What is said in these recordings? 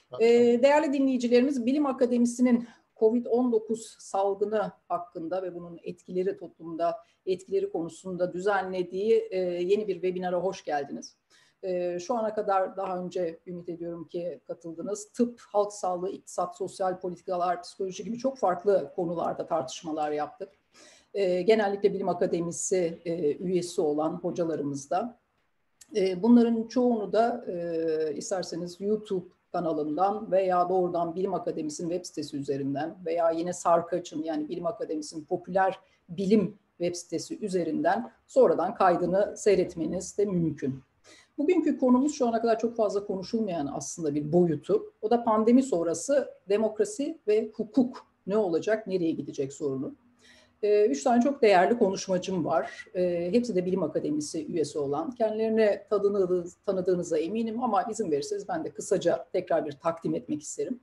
Değerli dinleyicilerimiz, Bilim Akademisi'nin COVID-19 salgını hakkında ve bunun etkileri toplumda, etkileri konusunda düzenlediği yeni bir webinara hoş geldiniz. Şu ana kadar daha önce ümit ediyorum ki katıldınız. Tıp, halk sağlığı, iktisat, sosyal politikalar, psikoloji gibi çok farklı konularda tartışmalar yaptık. Genellikle Bilim Akademisi üyesi olan hocalarımız da. Bunların çoğunu da isterseniz YouTube kanalından veya doğrudan Bilim Akademisi'nin web sitesi üzerinden veya yine Sarkaç'ın yani Bilim Akademisi'nin popüler bilim web sitesi üzerinden sonradan kaydını seyretmeniz de mümkün. Bugünkü konumuz şu ana kadar çok fazla konuşulmayan aslında bir boyutu. O da pandemi sonrası demokrasi ve hukuk ne olacak, nereye gidecek sorunu. 3 tane çok değerli konuşmacım var. Hepsi de Bilim Akademisi üyesi olan. Kendilerine tanıdığınıza eminim ama izin verirseniz ben de kısaca tekrar bir takdim etmek isterim.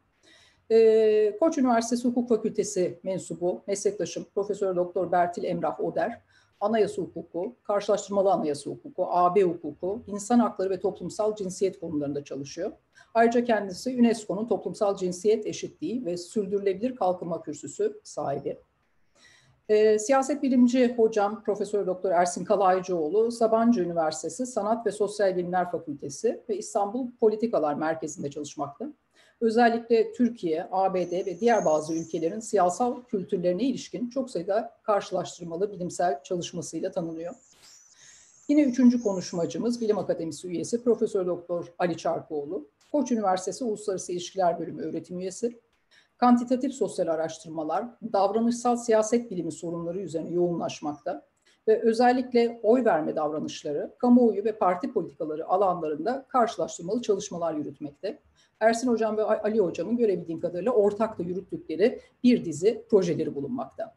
Koç Üniversitesi Hukuk Fakültesi mensubu, meslektaşım Profesör Doktor Bertil Emrah Oder, Anayasa Hukuku, Karşılaştırmalı Anayasa Hukuku, AB Hukuku, İnsan Hakları ve Toplumsal Cinsiyet konularında çalışıyor. Ayrıca kendisi UNESCO'nun Toplumsal Cinsiyet Eşitliği ve Sürdürülebilir Kalkınma Kürsüsü sahibi. Siyaset bilimci hocam Profesör Doktor Ersin Kalaycıoğlu, Sabancı Üniversitesi Sanat ve Sosyal Bilimler Fakültesi ve İstanbul Politikalar Merkezi'nde çalışmakta. Özellikle Türkiye, ABD ve diğer bazı ülkelerin siyasal kültürlerine ilişkin çok sayıda karşılaştırmalı bilimsel çalışmasıyla tanınıyor. Yine üçüncü konuşmacımız Bilim Akademisi üyesi Profesör Doktor Ali Çarkoğlu, Koç Üniversitesi Uluslararası İlişkiler Bölümü öğretim üyesi. Kantitatif sosyal araştırmalar, davranışsal siyaset bilimi sorunları üzerine yoğunlaşmakta ve özellikle oy verme davranışları, kamuoyu ve parti politikaları alanlarında karşılaştırmalı çalışmalar yürütmekte. Ersin Hocam ve Ali Hocam'ın görebildiğim kadarıyla ortak da yürüttükleri bir dizi projeleri bulunmakta.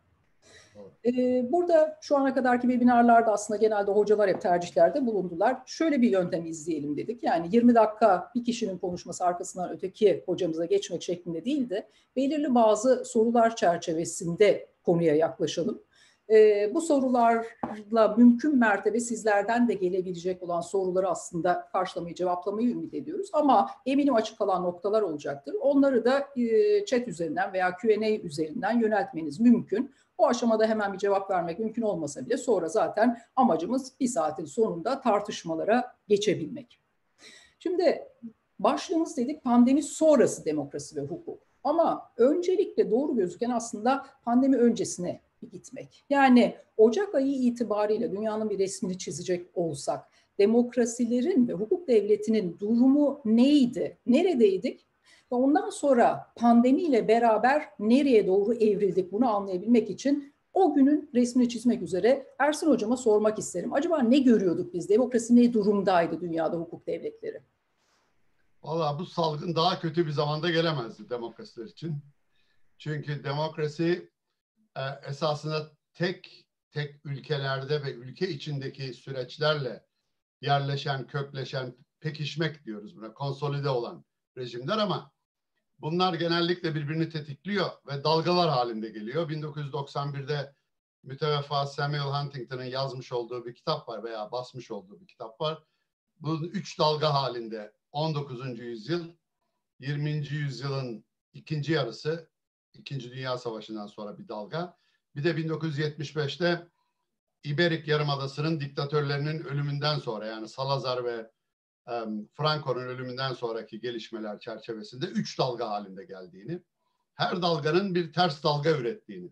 Burada şu ana kadarki webinarlarda aslında genelde hocalar hep tercihlerde bulundular. Şöyle bir yöntem izleyelim dedik. Yani 20 dakika bir kişinin konuşması arkasından öteki hocamıza geçmek şeklinde değil de belirli bazı sorular çerçevesinde konuya yaklaşalım. Bu sorularla mümkün mertebe sizlerden de gelebilecek olan soruları aslında karşılamayı, cevaplamayı ümit ediyoruz. Ama eminim açık kalan noktalar olacaktır. Onları da chat üzerinden veya Q&A üzerinden yöneltmeniz mümkün. O aşamada hemen bir cevap vermek mümkün olmasa bile sonra zaten amacımız bir saatin sonunda tartışmalara geçebilmek. Şimdi başlığımız dedik pandemi sonrası demokrasi ve hukuk. Ama öncelikle doğru gözüken aslında pandemi öncesine gitmek. Yani Ocak ayı itibariyle dünyanın bir resmini çizecek olsak demokrasilerin ve hukuk devletinin durumu neydi? Neredeydik? Ve ondan sonra pandemiyle beraber nereye doğru evrildik bunu anlayabilmek için o günün resmini çizmek üzere Ersin Hocam'a sormak isterim. Acaba ne görüyorduk biz? Demokrasi ne durumdaydı dünyada hukuk devletleri? Vallahi bu salgın daha kötü bir zamanda gelemezdi demokrasiler için. Çünkü demokrasi esasında tek ülkelerde ve ülke içindeki süreçlerle yerleşen, kökleşen, pekişmek diyoruz buna, konsolide olan rejimler ama bunlar genellikle birbirini tetikliyor ve dalgalar halinde geliyor. 1991'de müteveffa Samuel Huntington'ın yazmış olduğu bir kitap var veya basmış olduğu bir kitap var. Bu 3 dalga halinde 19. yüzyıl, 20. yüzyılın ikinci yarısı, İkinci Dünya Savaşı'ndan sonra bir dalga. Bir de 1975'te İberik Yarımadası'nın diktatörlerinin ölümünden sonra yani Salazar ve Franco'nun ölümünden sonraki gelişmeler çerçevesinde 3 dalga halinde geldiğini, her dalganın bir ters dalga ürettiğini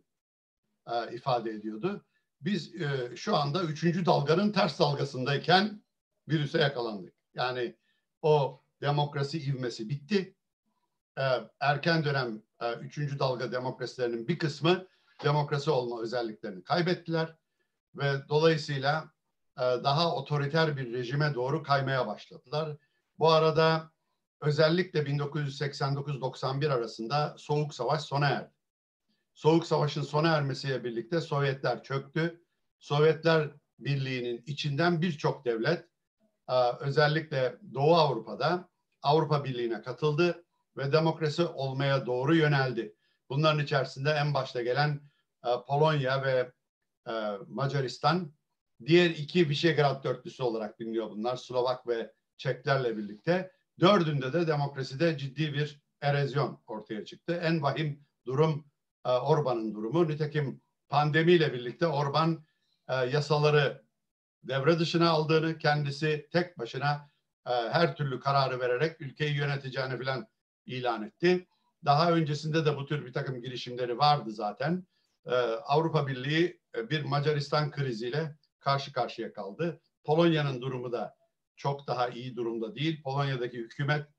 ifade ediyordu. Biz şu anda 3. dalganın ters dalgasındayken virüse yakalandık. Yani o demokrasi ivmesi bitti. Erken dönem 3. dalga demokrasilerinin bir kısmı demokrasi olma özelliklerini kaybettiler ve dolayısıyla daha otoriter bir rejime doğru kaymaya başladılar. Bu arada özellikle 1989-91 arasında Soğuk Savaş sona erdi. Soğuk Savaş'ın sona ermesiyle birlikte Sovyetler çöktü. Sovyetler Birliği'nin içinden birçok devlet özellikle Doğu Avrupa'da Avrupa Birliği'ne katıldı ve demokrasi olmaya doğru yöneldi. Bunların içerisinde en başta gelen Polonya ve Macaristan, diğer iki Visegrad dörtlüsü olarak biliniyor bunlar, Slovak ve Çeklerle birlikte. Dördünde de demokraside ciddi bir erozyon ortaya çıktı. En vahim durum Orban'ın durumu. Nitekim pandemiyle birlikte Orban yasaları devre dışına aldığını, kendisi tek başına her türlü kararı vererek ülkeyi yöneteceğini falan ilan etti. Daha öncesinde de bu tür bir takım girişimleri vardı zaten. Avrupa Birliği bir Macaristan kriziyle karşı karşıya kaldı. Polonya'nın durumu da çok daha iyi durumda değil. Polonya'daki hükümet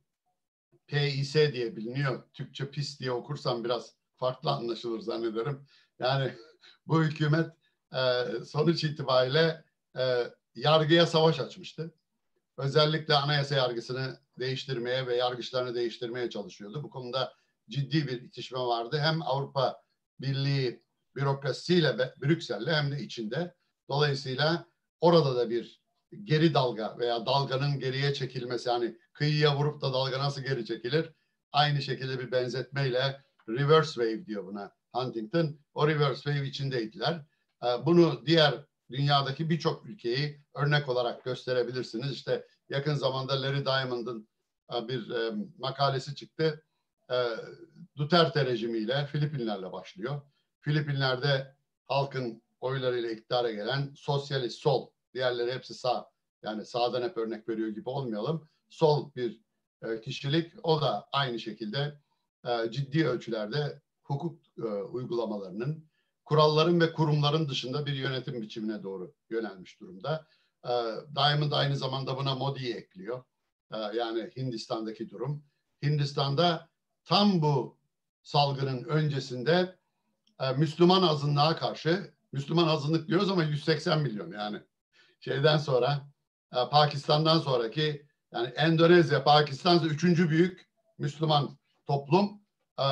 PiS diye biliniyor. Türkçe pis diye okursam biraz farklı anlaşılır zannederim. Yani bu hükümet sonuç itibariyle yargıya savaş açmıştı. Özellikle anayasa yargısını değiştirmeye ve yargıçlarını değiştirmeye çalışıyordu. Bu konuda ciddi bir itişme vardı. Hem Avrupa Birliği bürokrasisiyle ve Brüksel'le hem de içinde. Dolayısıyla orada da bir geri dalga veya dalganın geriye çekilmesi, yani kıyıya vurup da dalga nasıl geri çekilir? Aynı şekilde bir benzetmeyle reverse wave diyor buna Huntington. O reverse wave içindeydiler. Bunu diğer dünyadaki birçok ülkeyi örnek olarak gösterebilirsiniz. İşte yakın zamanda Larry Diamond'ın bir makalesi çıktı. Duterte rejimiyle Filipinler'le başlıyor. Filipinler'de halkın oylarıyla iktidara gelen sosyalist sol, diğerleri hepsi sağ. Yani sağdan hep örnek veriyor gibi olmayalım. Sol bir kişilik, o da aynı şekilde ciddi ölçülerde hukuk uygulamalarının, kuralların ve kurumların dışında bir yönetim biçimine doğru yönelmiş durumda. Diamond aynı zamanda buna Modi'yi ekliyor. Yani Hindistan'daki durum. Hindistan'da tam bu salgının öncesinde Müslüman azınlığa karşı, Müslüman azınlık diyoruz ama 180 milyon, yani şeyden sonra Pakistan'dan sonraki, yani Endonezya, Pakistan'da 3. büyük Müslüman toplum.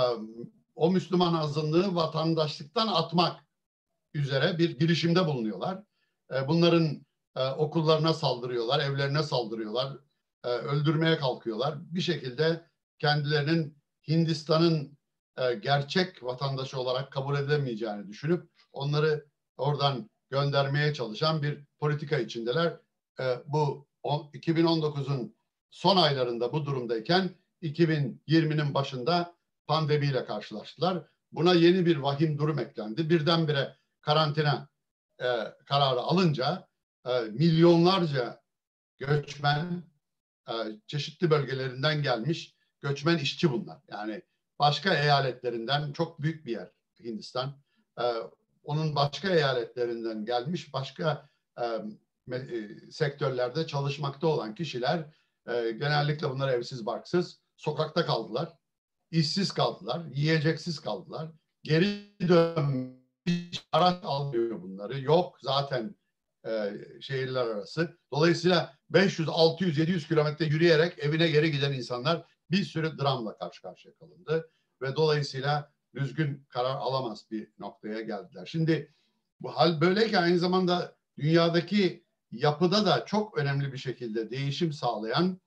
O Müslüman azınlığı vatandaşlıktan atmak üzere bir girişimde bulunuyorlar. Bunların okullarına saldırıyorlar, evlerine saldırıyorlar, öldürmeye kalkıyorlar. Bir şekilde kendilerinin Hindistan'ın gerçek vatandaşı olarak kabul edilemeyeceğini düşünüp onları oradan göndermeye çalışan bir politika içindeler. Bu 2019'un son aylarında bu durumdayken 2020'nin başında pandemiyle karşılaştılar. Buna yeni bir vahim durum eklendi. Birdenbire karantina kararı alınca milyonlarca göçmen, çeşitli bölgelerinden gelmiş göçmen işçi bunlar. Yani başka eyaletlerinden, çok büyük bir yer Hindistan. Onun başka eyaletlerinden gelmiş, başka sektörlerde çalışmakta olan kişiler, genellikle bunlar evsiz barksız, sokakta kaldılar, işsiz kaldılar, yiyeceksiz kaldılar. Geri dönmüş, araç almıyor bunları. Yok zaten şehirler arası. Dolayısıyla 500, 600, 700 kilometre yürüyerek evine geri giden insanlar bir sürü dramla karşı karşıya kalındı. Ve dolayısıyla düzgün karar alamaz bir noktaya geldiler. Şimdi bu hal böyleyken aynı zamanda dünyadaki yapıda da çok önemli bir şekilde değişim sağlayan,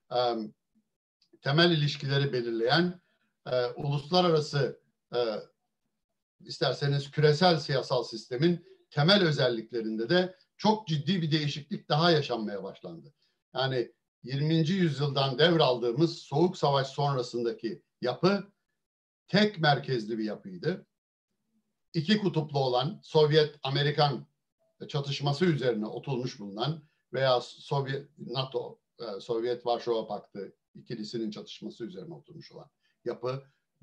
temel ilişkileri belirleyen, uluslararası, isterseniz küresel siyasal sistemin temel özelliklerinde de çok ciddi bir değişiklik daha yaşanmaya başlandı. Yani 20. yüzyıldan devraldığımız Soğuk Savaş sonrasındaki yapı tek merkezli bir yapıydı. İki kutuplu olan Sovyet-Amerikan çatışması üzerine oturmuş bulunan veya NATO, Sovyet-Varşova Paktı ikilisinin çatışması üzerine oturmuş olan yapı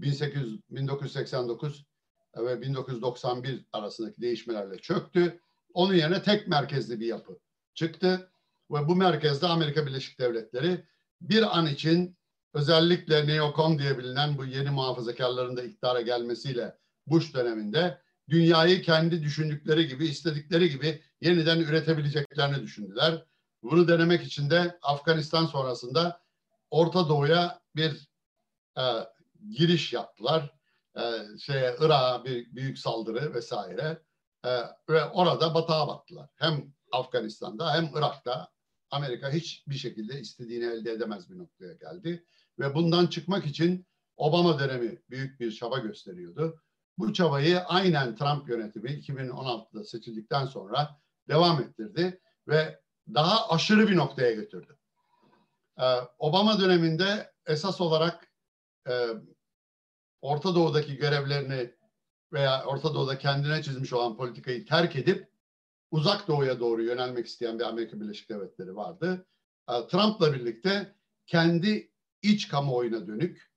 1989 ve 1991 arasındaki değişmelerle çöktü. Onun yerine tek merkezli bir yapı çıktı ve bu merkezde Amerika Birleşik Devletleri bir an için, özellikle neokon diye bilinen bu yeni muhafazakarların da iktidara gelmesiyle Bush döneminde, dünyayı kendi düşündükleri gibi, istedikleri gibi yeniden üretebileceklerini düşündüler. Bunu denemek için de Afganistan sonrasında Orta Doğu'ya bir giriş yaptılar. Irak'a bir büyük saldırı vesaire. Ve orada batağa battılar. Hem Afganistan'da hem Irak'ta Amerika hiçbir şekilde istediğini elde edemez bir noktaya geldi. Ve bundan çıkmak için Obama dönemi büyük bir çaba gösteriyordu. Bu çabayı aynen Trump yönetimi 2016'da seçildikten sonra devam ettirdi ve daha aşırı bir noktaya götürdü. Obama döneminde esas olarak Orta Doğu'daki görevlerini veya Orta Doğu'da kendine çizmiş olan politikayı terk edip Uzak Doğu'ya doğru yönelmek isteyen bir Amerika Birleşik Devletleri vardı. Trump'la birlikte kendi iç kamuoyuna dönük,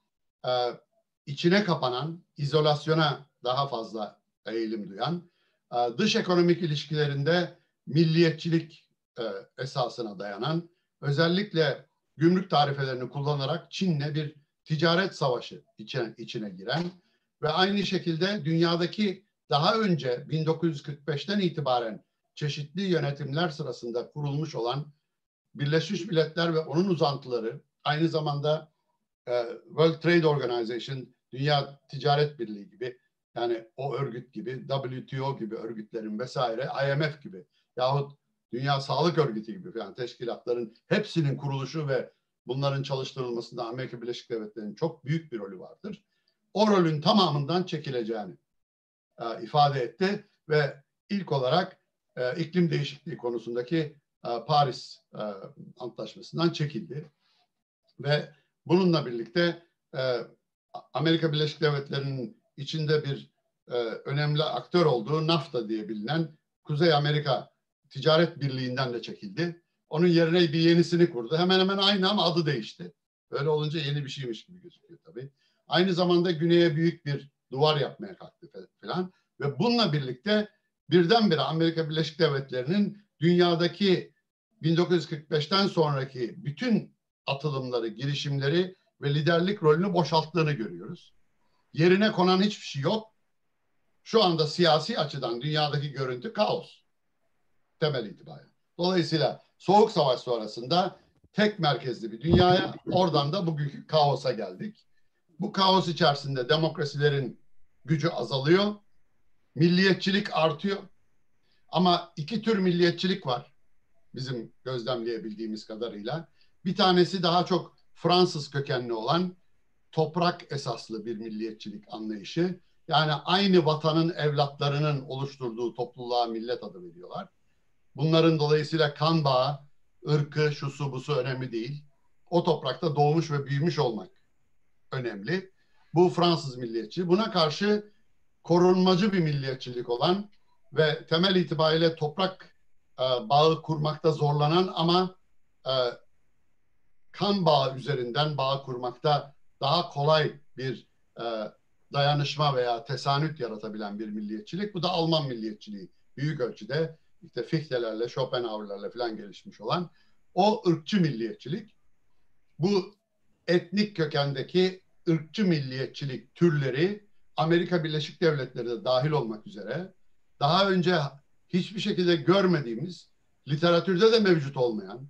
içine kapanan, izolasyona daha fazla eğilim duyan, dış ekonomik ilişkilerinde milliyetçilik esasına dayanan, özellikle gümrük tarifelerini kullanarak Çin'le bir ticaret savaşı içine giren ve aynı şekilde dünyadaki daha önce 1945'ten itibaren çeşitli yönetimler sırasında kurulmuş olan Birleşmiş Milletler ve onun uzantıları, aynı zamanda World Trade Organization, Dünya Ticaret Birliği gibi, yani o örgüt gibi, WTO gibi örgütlerin vesaire, IMF gibi yahut Dünya Sağlık Örgütü gibi yani teşkilatların hepsinin kuruluşu ve bunların çalıştırılmasında Amerika Birleşik Devletleri'nin çok büyük bir rolü vardır. O rolün tamamından çekileceğini ifade etti ve ilk olarak iklim değişikliği konusundaki Paris Antlaşması'ndan çekildi. Ve bununla birlikte Amerika Birleşik Devletleri'nin içinde bir önemli aktör olduğu NAFTA diye bilinen Kuzey Amerika Ticaret Birliği'nden de çekildi. Onun yerine bir yenisini kurdu. Hemen hemen aynı ama adı değişti. Böyle olunca yeni bir şeymiş gibi gözüküyor tabii. Aynı zamanda güneye büyük bir duvar yapmaya kalktı falan. Ve bununla birlikte birdenbire Amerika Birleşik Devletleri'nin dünyadaki 1945'ten sonraki bütün atılımları, girişimleri ve liderlik rolünü boşalttığını görüyoruz. Yerine konan hiçbir şey yok. Şu anda siyasi açıdan dünyadaki görüntü kaos. Temel itibariyle. Dolayısıyla Soğuk Savaş sonrasında tek merkezli bir dünyaya, oradan da bugünkü kaosa geldik. Bu kaos içerisinde demokrasilerin gücü azalıyor. Milliyetçilik artıyor. Ama iki tür milliyetçilik var bizim gözlemleyebildiğimiz kadarıyla. Bir tanesi daha çok Fransız kökenli olan toprak esaslı bir milliyetçilik anlayışı. Yani aynı vatanın evlatlarının oluşturduğu topluluğa millet adı veriyorlar. Bunların dolayısıyla kan bağı, ırkı, şusu busu önemli değil. O toprakta doğmuş ve büyümüş olmak önemli. Bu Fransız milliyetçi. Buna karşı korunmacı bir milliyetçilik olan ve temel itibariyle toprak bağı kurmakta zorlanan ama kan bağı üzerinden bağ kurmakta daha kolay bir dayanışma veya tesanüt yaratabilen bir milliyetçilik. Bu da Alman milliyetçiliği. Büyük ölçüde işte Fichte'lerle, Schopenhauer'lerle falan gelişmiş olan o ırkçı milliyetçilik. Bu etnik kökendeki ırkçı milliyetçilik türleri Amerika Birleşik Devletleri de dahil olmak üzere daha önce hiçbir şekilde görmediğimiz, literatürde de mevcut olmayan,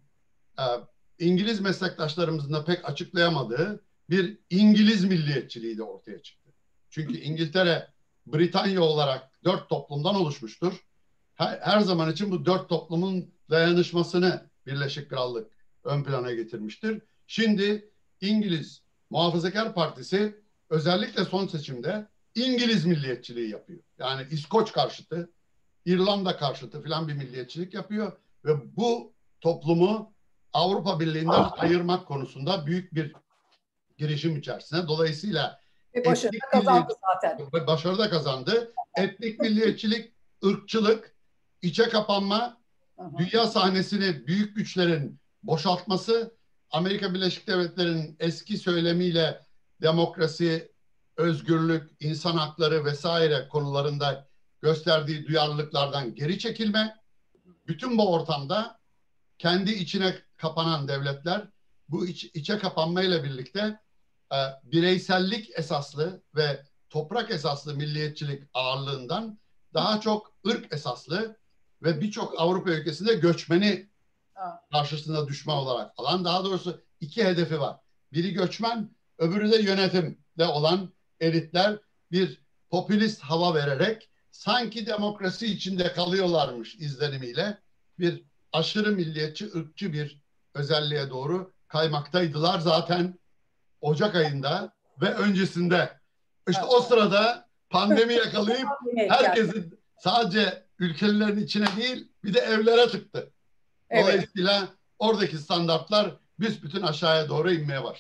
İngiliz meslektaşlarımızın da pek açıklayamadığı bir İngiliz milliyetçiliği de ortaya çıktı. Çünkü İngiltere, Britanya olarak 4 toplumdan oluşmuştur. Her zaman için bu 4 toplumun dayanışmasını Birleşik Krallık ön plana getirmiştir. Şimdi İngiliz Muhafazakar Partisi özellikle son seçimde İngiliz milliyetçiliği yapıyor. Yani İskoç karşıtı, İrlanda karşıtı filan bir milliyetçilik yapıyor ve bu toplumu Avrupa Birliği'nden ayırmak konusunda büyük bir girişim içerisinde. Dolayısıyla başarı kazandı zaten. Başarı da kazandı. Etnik milliyetçilik, ırkçılık, içe kapanma, dünya sahnesini büyük güçlerin boşaltması, Amerika Birleşik Devletleri'nin eski söylemiyle demokrasi, özgürlük, insan hakları vesaire konularında gösterdiği duyarlılıklardan geri çekilme. Bütün bu ortamda kendi içine kapanan devletler bu içe kapanmayla birlikte bireysellik esaslı ve toprak esaslı milliyetçilik ağırlığından daha çok ırk esaslı ve birçok Avrupa ülkesinde göçmeni karşısında düşman olarak alan, daha doğrusu iki hedefi var. Biri göçmen, öbürü de yönetimde olan elitler bir popülist hava vererek sanki demokrasi içinde kalıyorlarmış izlenimiyle bir aşırı milliyetçi, ırkçı bir özelliğe doğru kaymaktaydılar zaten Ocak ayında ve öncesinde. İşte o sırada pandemi yakalayıp herkesi sadece ülkelerin içine değil bir de evlere tıktı. Dolayısıyla oradaki standartlar büsbütün aşağıya doğru inmeye başladı.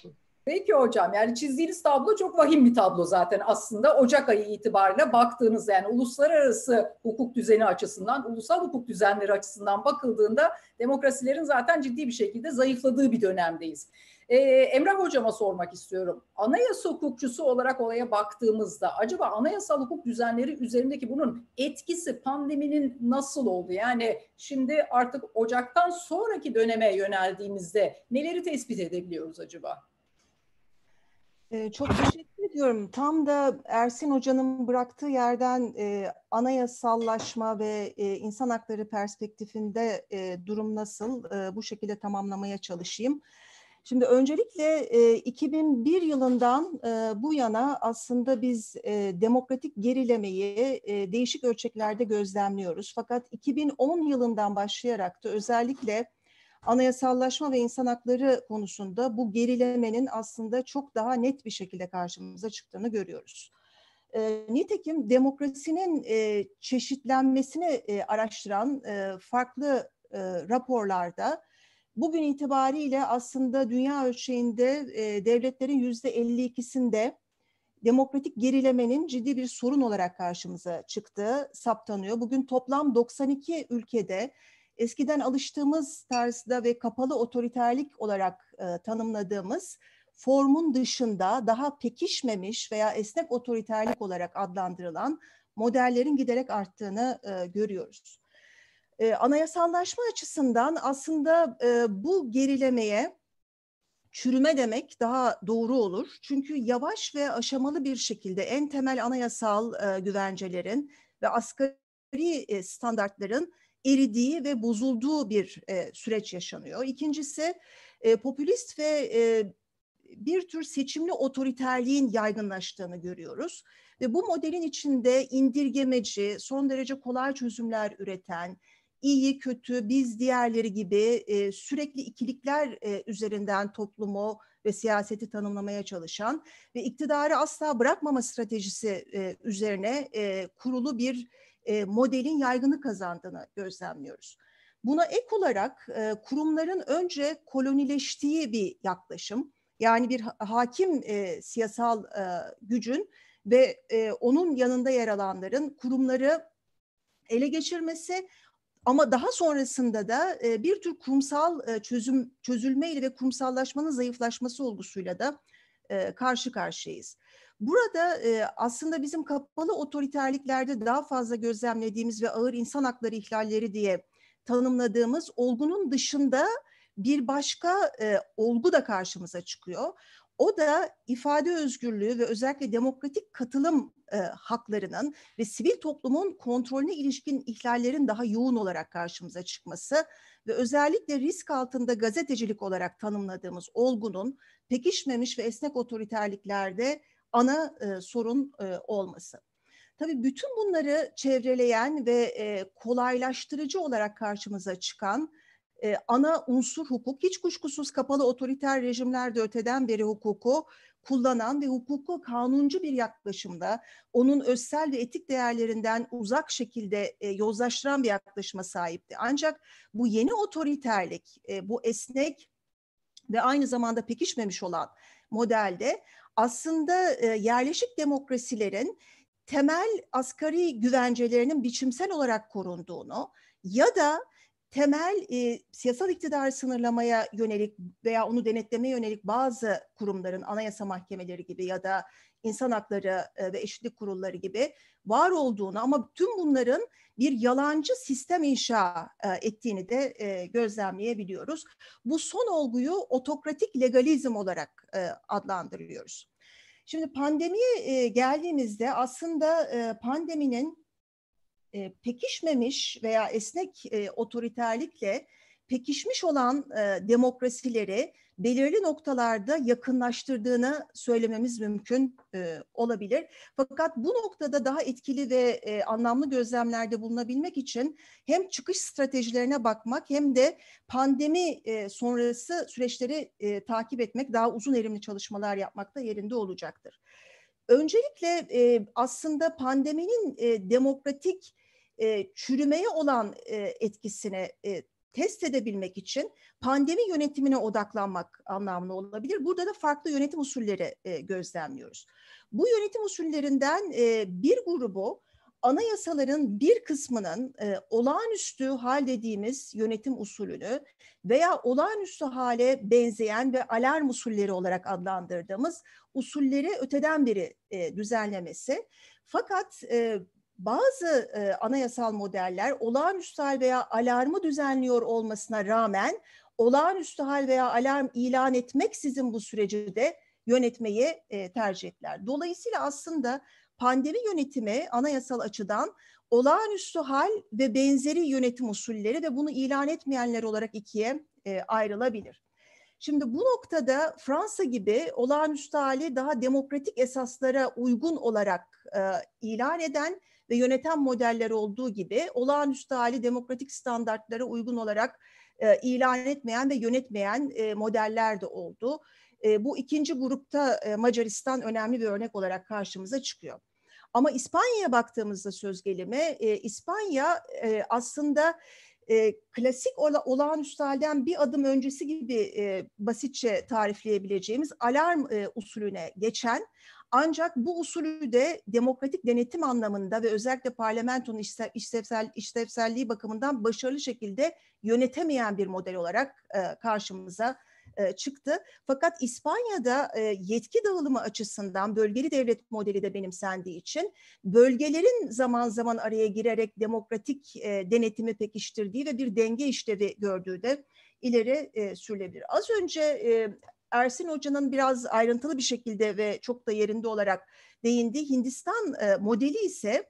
Peki hocam, yani çizdiğiniz tablo çok vahim bir tablo zaten aslında. Ocak ayı itibariyle baktığınızda, yani uluslararası hukuk düzeni açısından, ulusal hukuk düzenleri açısından bakıldığında demokrasilerin zaten ciddi bir şekilde zayıfladığı bir dönemdeyiz. Emrah hocama sormak istiyorum. Anayasa hukukçusu olarak olaya baktığımızda acaba anayasal hukuk düzenleri üzerindeki bunun etkisi pandeminin nasıl oldu? Yani şimdi artık Ocak'tan sonraki döneme yöneldiğimizde neleri tespit edebiliyoruz acaba? Çok teşekkür ediyorum. Tam da Ersin Hoca'nın bıraktığı yerden anayasallaşma ve insan hakları perspektifinde durum nasıl, bu şekilde tamamlamaya çalışayım. Şimdi öncelikle 2001 yılından bu yana aslında biz demokratik gerilemeyi değişik ölçeklerde gözlemliyoruz. Fakat 2010 yılından başlayarak da özellikle anayasallaşma ve insan hakları konusunda bu gerilemenin aslında çok daha net bir şekilde karşımıza çıktığını görüyoruz. Nitekim demokrasinin çeşitlenmesini araştıran farklı raporlarda bugün itibariyle aslında dünya ölçeğinde devletlerin %52'sinde demokratik gerilemenin ciddi bir sorun olarak karşımıza çıktığı saptanıyor. Bugün toplam 92 ülkede eskiden alıştığımız tarzda ve kapalı otoriterlik olarak tanımladığımız formun dışında daha pekişmemiş veya esnek otoriterlik olarak adlandırılan modellerin giderek arttığını görüyoruz. Anayasallaşma açısından aslında bu gerilemeye çürüme demek daha doğru olur. Çünkü yavaş ve aşamalı bir şekilde en temel anayasal güvencelerin ve asgari standartların eridiği ve bozulduğu bir süreç yaşanıyor. İkincisi popülist ve bir tür seçimli otoriterliğin yaygınlaştığını görüyoruz. Ve bu modelin içinde indirgemeci, son derece kolay çözümler üreten, iyi, kötü, biz diğerleri gibi sürekli ikilikler üzerinden toplumu ve siyaseti tanımlamaya çalışan ve iktidarı asla bırakmama stratejisi üzerine kurulu bir modelin yaygınlık kazandığını gözlemliyoruz. Buna ek olarak kurumların önce kolonileştiği bir yaklaşım, yani bir hakim siyasal gücün ve onun yanında yer alanların kurumları ele geçirmesi, ama daha sonrasında da bir tür kurumsal çözülmeyle ve kurumsallaşmanın zayıflaşması olgusuyla da karşı karşıyayız. Burada aslında bizim kapalı otoriterliklerde daha fazla gözlemlediğimiz ve ağır insan hakları ihlalleri diye tanımladığımız olgunun dışında bir başka olgu da karşımıza çıkıyor. O da ifade özgürlüğü ve özellikle demokratik katılım haklarının ve sivil toplumun kontrolüne ilişkin ihlallerin daha yoğun olarak karşımıza çıkması ve özellikle risk altında gazetecilik olarak tanımladığımız olgunun pekişmemiş ve esnek otoriterliklerde ana sorun olması. Tabii bütün bunları çevreleyen ve kolaylaştırıcı olarak karşımıza çıkan ana unsur hukuk, hiç kuşkusuz kapalı otoriter rejimlerde öteden beri hukuku kullanan ve hukuku kanuncu bir yaklaşımda onun özsel ve etik değerlerinden uzak şekilde yozlaştıran bir yaklaşıma sahipti. Ancak bu yeni otoriterlik, bu esnek ve aynı zamanda pekişmemiş olan modelde aslında yerleşik demokrasilerin temel asgari güvencelerinin biçimsel olarak korunduğunu ya da temel siyasal iktidarı sınırlamaya yönelik veya onu denetlemeye yönelik bazı kurumların, anayasa mahkemeleri gibi ya da insan hakları ve eşitlik kurulları gibi var olduğunu, ama tüm bunların bir yalancı sistem inşa ettiğini de gözlemleyebiliyoruz. Bu son olguyu otokratik legalizm olarak adlandırıyoruz. Şimdi pandemiye geldiğimizde aslında pandeminin pekişmemiş veya esnek otoriterlikle pekişmiş olan demokrasileri belirli noktalarda yakınlaştırdığını söylememiz mümkün olabilir. Fakat bu noktada daha etkili ve anlamlı gözlemlerde bulunabilmek için hem çıkış stratejilerine bakmak hem de pandemi sonrası süreçleri takip etmek, daha uzun erimli çalışmalar yapmak da yerinde olacaktır. Öncelikle aslında pandeminin demokratik çürümeye olan etkisine test edebilmek için pandemi yönetimine odaklanmak anlamlı olabilir. Burada da farklı yönetim usulleri gözlemliyoruz. Bu yönetim usullerinden bir grubu anayasaların bir kısmının olağanüstü hal dediğimiz yönetim usulünü veya olağanüstü hale benzeyen ve alarm usulleri olarak adlandırdığımız usulleri öteden beri düzenlemesi. Fakat bazı anayasal modeller olağanüstü hal veya alarmı düzenliyor olmasına rağmen olağanüstü hal veya alarm ilan etmeksizin bu süreci de yönetmeyi tercih ettiler. Dolayısıyla aslında pandemi yönetimi anayasal açıdan olağanüstü hal ve benzeri yönetim usulleri ve bunu ilan etmeyenler olarak ikiye ayrılabilir. Şimdi bu noktada Fransa gibi olağanüstü hali daha demokratik esaslara uygun olarak ilan eden ve yöneten modeller olduğu gibi olağanüstü hali demokratik standartlara uygun olarak ilan etmeyen ve yönetmeyen modeller de oldu. Bu ikinci grupta Macaristan önemli bir örnek olarak karşımıza çıkıyor. Ama İspanya'ya baktığımızda söz gelimi, İspanya aslında klasik olağanüstü halden bir adım öncesi gibi basitçe tarifleyebileceğimiz alarm usulüne geçen, ancak bu usulü de demokratik denetim anlamında ve özellikle parlamentonun işlevselliği bakımından başarılı şekilde yönetemeyen bir model olarak karşımıza çıktı. Fakat İspanya'da yetki dağılımı açısından bölgeli devlet modeli de benimsendiği için bölgelerin zaman zaman araya girerek demokratik denetimi pekiştirdiği ve bir denge işlevi gördüğü de ileri sürülebilir. Az önce Ersin Hoca'nın biraz ayrıntılı bir şekilde ve çok da yerinde olarak değindiği Hindistan modeli ise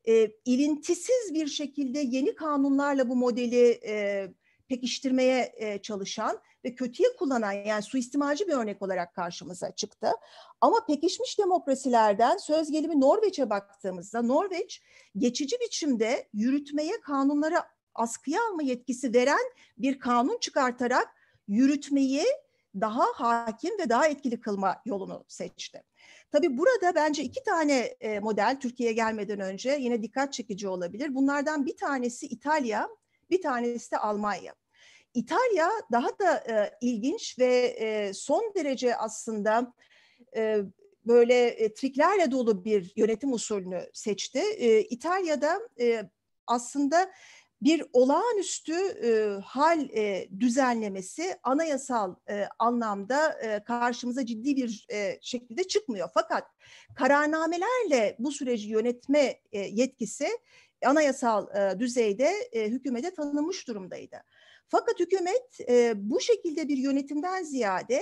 ilintisiz bir şekilde yeni kanunlarla bu modeli pekiştirmeye çalışan ve kötüye kullanan, yani suistimalci bir örnek olarak karşımıza çıktı. Ama pekişmiş demokrasilerden söz gelimi Norveç'e baktığımızda Norveç geçici biçimde yürütmeye, kanunlara askıya alma yetkisi veren bir kanun çıkartarak yürütmeyi daha hakim ve daha etkili kılma yolunu seçti. Tabii burada bence iki tane model Türkiye'ye gelmeden önce yine dikkat çekici olabilir. Bunlardan bir tanesi İtalya, bir tanesi de Almanya. İtalya daha da ilginç ve son derece aslında böyle triklerle dolu bir yönetim usulünü seçti. İtalya'da aslında bir olağanüstü hal düzenlemesi anayasal anlamda karşımıza ciddi bir şekilde çıkmıyor. Fakat kararnamelerle bu süreci yönetme yetkisi anayasal düzeyde hükümete tanınmış durumdaydı. Fakat hükümet bu şekilde bir yönetimden ziyade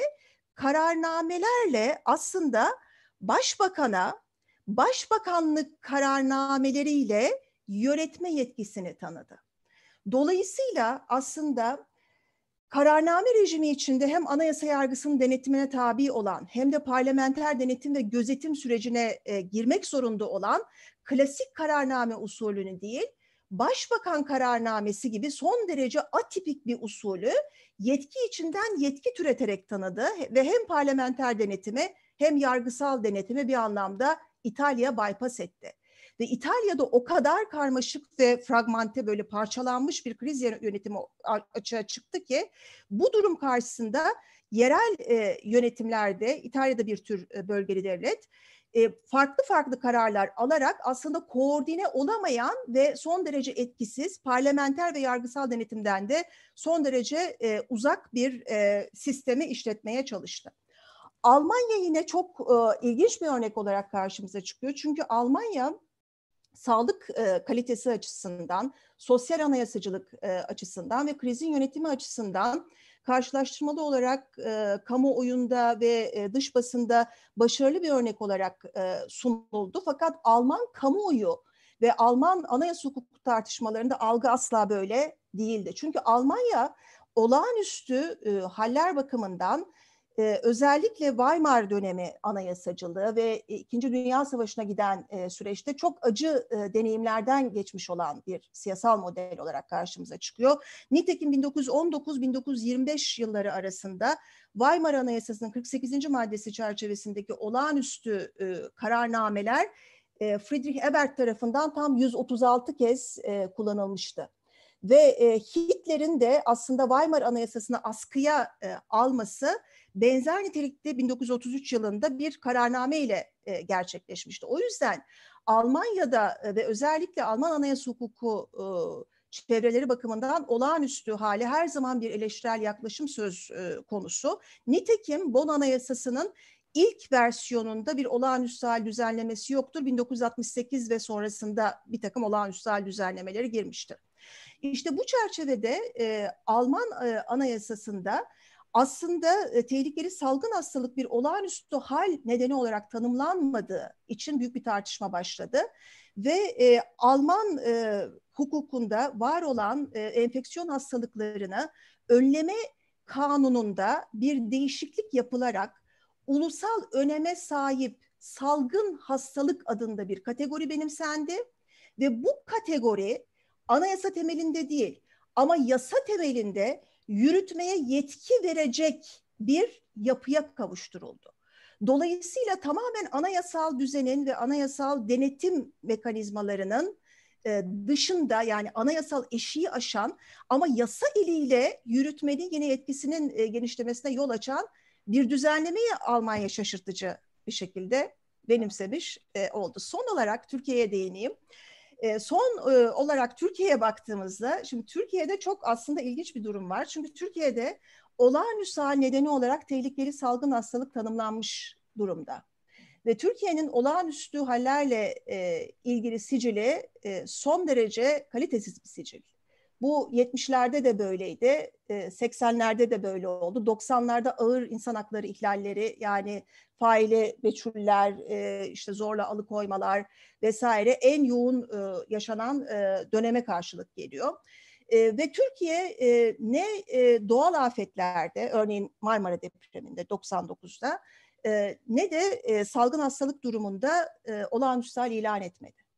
kararnamelerle aslında başbakana başbakanlık kararnameleriyle yönetme yetkisini tanıdı. Dolayısıyla aslında kararname rejimi içinde hem anayasa yargısının denetimine tabi olan hem de parlamenter denetim ve gözetim sürecine girmek zorunda olan klasik kararname usulünü değil, başbakan kararnamesi gibi son derece atipik bir usulü yetki içinden yetki türeterek tanıdı ve hem parlamenter denetimi hem yargısal denetimi bir anlamda İtalya bypass etti. Ve İtalya'da o kadar karmaşık ve fragmente, böyle parçalanmış bir kriz yönetimi açığa çıktı ki bu durum karşısında yerel yönetimlerde, İtalya'da bir tür bölgeli devlet, farklı farklı kararlar alarak aslında koordine olamayan ve son derece etkisiz parlamenter ve yargısal denetimden de son derece uzak bir sistemi işletmeye çalıştı. Almanya yine çok ilginç bir örnek olarak karşımıza çıkıyor. Çünkü Almanya sağlık kalitesi açısından, sosyal anayasacılık açısından ve krizin yönetimi açısından karşılaştırmalı olarak kamuoyunda ve dış basında başarılı bir örnek olarak sunuldu. Fakat Alman kamuoyu ve Alman anayasa hukuku tartışmalarında algı asla böyle değildi. Çünkü Almanya olağanüstü haller bakımından özellikle Weimar dönemi anayasacılığı ve İkinci Dünya Savaşı'na giden süreçte çok acı deneyimlerden geçmiş olan bir siyasal model olarak karşımıza çıkıyor. Nitekim 1919-1925 yılları arasında Weimar Anayasası'nın 48. maddesi çerçevesindeki olağanüstü kararnameler Friedrich Ebert tarafından tam 136 kez kullanılmıştı. Ve Hitler'in de aslında Weimar Anayasası'nı askıya alması benzer nitelikte 1933 yılında bir kararname ile gerçekleşmişti. O yüzden Almanya'da ve özellikle Alman anayasa hukuku çevreleri bakımından olağanüstü hale her zaman bir eleştirel yaklaşım söz konusu. Nitekim Bonn Anayasası'nın ilk versiyonunda bir olağanüstü hal düzenlemesi yoktur. 1968 ve sonrasında bir takım olağanüstü hal düzenlemeleri girmiştir. İşte bu çerçevede Alman Anayasası'nda aslında tehlikeli salgın hastalık bir olağanüstü hal nedeni olarak tanımlanmadığı için büyük bir tartışma başladı. Ve Alman hukukunda var olan enfeksiyon hastalıklarını önleme kanununda bir değişiklik yapılarak ulusal öneme sahip salgın hastalık adında bir kategori benimsendi. Ve bu kategori anayasa temelinde değil ama yasa temelinde yürütmeye yetki verecek bir yapıya kavuşturuldu. Dolayısıyla tamamen anayasal düzenin ve anayasal denetim mekanizmalarının dışında, yani anayasal eşiği aşan ama yasa eliyle yürütmenin yine yetkisinin genişlemesine yol açan bir düzenlemeyi Almanya şaşırtıcı bir şekilde benimsemiş oldu. Son olarak Türkiye'ye değineyim. Son olarak Türkiye'ye baktığımızda, şimdi Türkiye'de çok aslında ilginç bir durum var. Çünkü Türkiye'de olağanüstü hal nedeni olarak tehlikeli salgın hastalık tanımlanmış durumda. Ve Türkiye'nin olağanüstü hallerle ilgili sicili son derece kalitesiz bir sicil. Bu 70'lerde de böyleydi, 80'lerde de böyle oldu. 90'larda ağır insan hakları ihlalleri, yani faili meçhuller, işte zorla alıkoymalar vesaire en yoğun yaşanan döneme karşılık geliyor. Ve Türkiye ne doğal afetlerde, örneğin Marmara depreminde 99'da, ne de salgın hastalık durumunda olağanüstü hal ilan etmedi.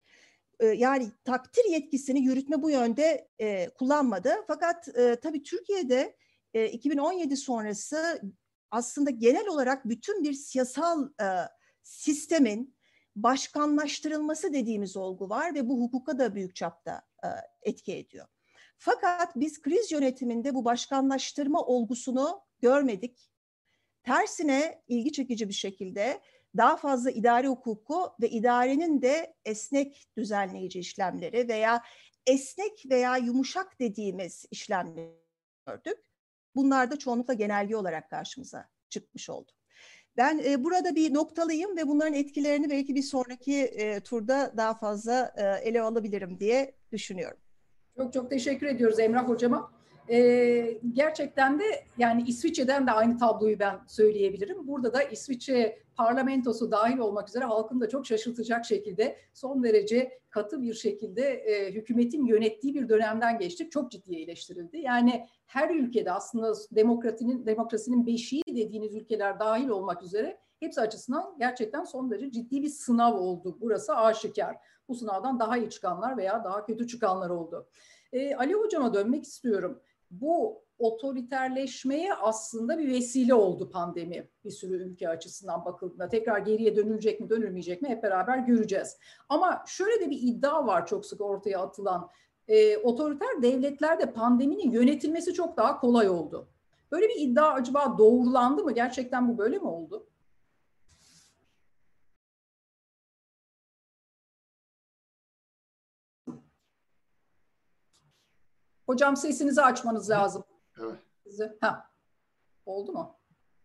Yani takdir yetkisini yürütme bu yönde kullanmadı. Fakat tabii Türkiye'de 2017 sonrası aslında genel olarak bütün bir siyasal sistemin başkanlaştırılması dediğimiz olgu var ve bu hukuka da büyük çapta etki ediyor. Fakat biz kriz yönetiminde bu başkanlaştırma olgusunu görmedik. Tersine ilgi çekici bir şekilde daha fazla idare hukuku ve idarenin de esnek düzenleyici işlemleri veya esnek veya yumuşak dediğimiz işlemleri gördük. Bunlar da çoğunlukla genelge olarak karşımıza çıkmış oldu. Ben burada bir noktalıyım ve bunların etkilerini belki bir sonraki turda daha fazla ele alabilirim diye düşünüyorum. Çok çok teşekkür ediyoruz Emrah Hocama. Gerçekten de yani İsviçre'den de aynı tabloyu ben söyleyebilirim. Burada da İsviçre parlamentosu dahil olmak üzere halkın da çok şaşırtacak şekilde son derece katı bir şekilde hükümetin yönettiği bir dönemden geçtik. Çok ciddi eleştirildi. Yani her ülkede aslında demokrasinin beşiği dediğiniz ülkeler dahil olmak üzere hepsi açısından gerçekten son derece ciddi bir sınav oldu. Burası aşikar. Bu sınavdan daha iyi çıkanlar veya daha kötü çıkanlar oldu. Ali Hocam'a dönmek istiyorum. Bu otoriterleşmeye aslında bir vesile oldu pandemi bir sürü ülke açısından bakıldığında. Tekrar geriye dönülecek mi dönülmeyecek mi hep beraber göreceğiz. Ama şöyle de bir iddia var çok sık ortaya atılan. Otoriter devletlerde pandeminin yönetilmesi çok daha kolay oldu. Böyle bir iddia acaba doğrulandı mı? Gerçekten bu böyle mi oldu? Hocam sesinizi açmanız lazım. Evet. Oldu mu?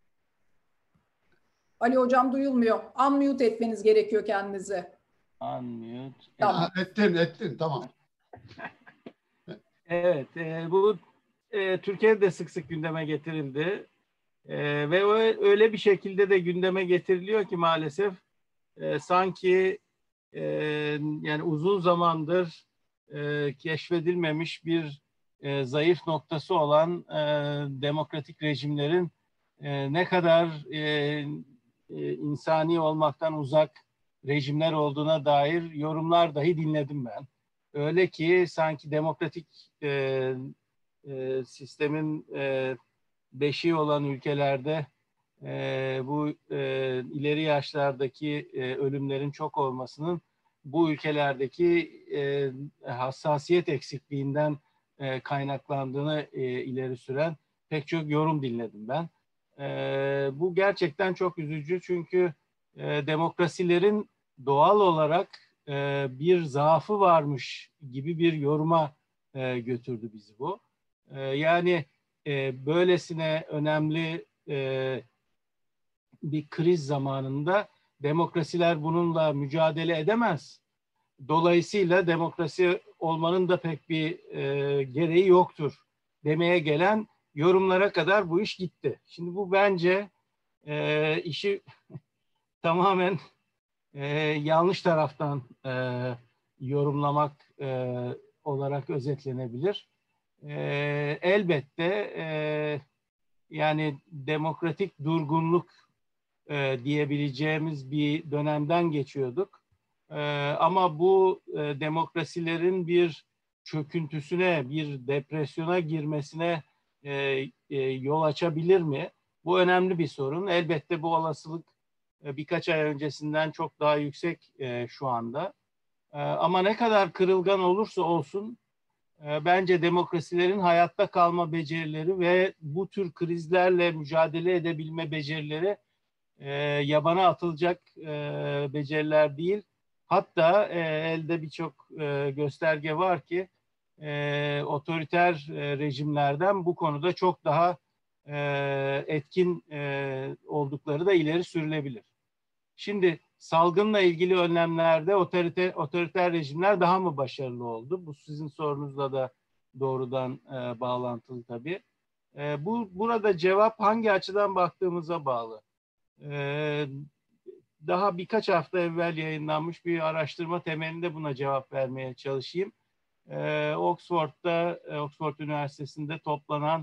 Ali Hocam duyulmuyor. Unmute etmeniz gerekiyor kendinizi. Unmute. Tamam. Ettin. Tamam. Evet. Bu Türkiye'de sık sık gündeme getirildi. Ve öyle bir şekilde de gündeme getiriliyor ki maalesef sanki yani uzun zamandır keşfedilmemiş bir zayıf noktası olan demokratik rejimlerin ne kadar insani olmaktan uzak rejimler olduğuna dair yorumlar dahi dinledim ben. Öyle ki sanki demokratik sistemin beşiği olan ülkelerde bu ileri yaşlardaki ölümlerin çok olmasının bu ülkelerdeki hassasiyet eksikliğinden kaynaklandığını ileri süren pek çok yorum dinledim ben. Bu gerçekten çok üzücü çünkü demokrasilerin doğal olarak bir zaafı varmış gibi bir yoruma götürdü bizi bu. Yani böylesine önemli bir kriz zamanında demokrasiler bununla mücadele edemez. Dolayısıyla demokrasi olmanın da pek bir gereği yoktur demeye gelen yorumlara kadar bu iş gitti. Şimdi bu bence işi tamamen yanlış taraftan yorumlamak olarak özetlenebilir. Elbette yani demokratik durgunluk diyebileceğimiz bir dönemden geçiyorduk. Ama bu demokrasilerin bir çöküntüsüne, bir depresyona girmesine yol açabilir mi? Bu önemli bir sorun. Elbette bu olasılık birkaç ay öncesinden çok daha yüksek şu anda. Ama ne kadar kırılgan olursa olsun bence demokrasilerin hayatta kalma becerileri ve bu tür krizlerle mücadele edebilme becerileri yabana atılacak beceriler değil. Hatta elde birçok gösterge var ki otoriter rejimlerden bu konuda çok daha etkin oldukları da ileri sürülebilir. Şimdi salgınla ilgili önlemlerde otoriter rejimler daha mı başarılı oldu? Bu sizin sorunuzla da doğrudan bağlantılı tabii. Burada cevap hangi açıdan baktığımıza bağlı. Daha birkaç hafta evvel yayınlanmış bir araştırma temelinde buna cevap vermeye çalışayım. Oxford Üniversitesi'nde toplanan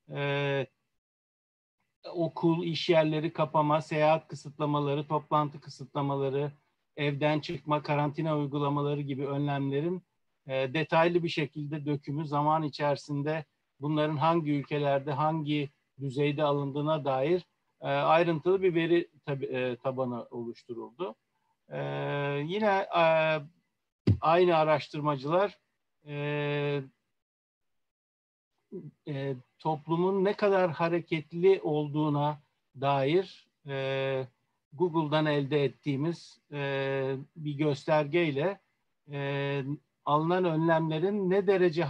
okul, iş yerleri kapama, seyahat kısıtlamaları, toplantı kısıtlamaları, evden çıkma, karantina uygulamaları gibi önlemlerin detaylı bir şekilde dökümü zaman içerisinde bunların hangi ülkelerde, hangi düzeyde alındığına dair ayrıntılı bir veri tabanı oluşturuldu. Yine aynı araştırmacılar toplumun ne kadar hareketli olduğuna dair Google'dan elde ettiğimiz bir göstergeyle alınan önlemlerin ne derece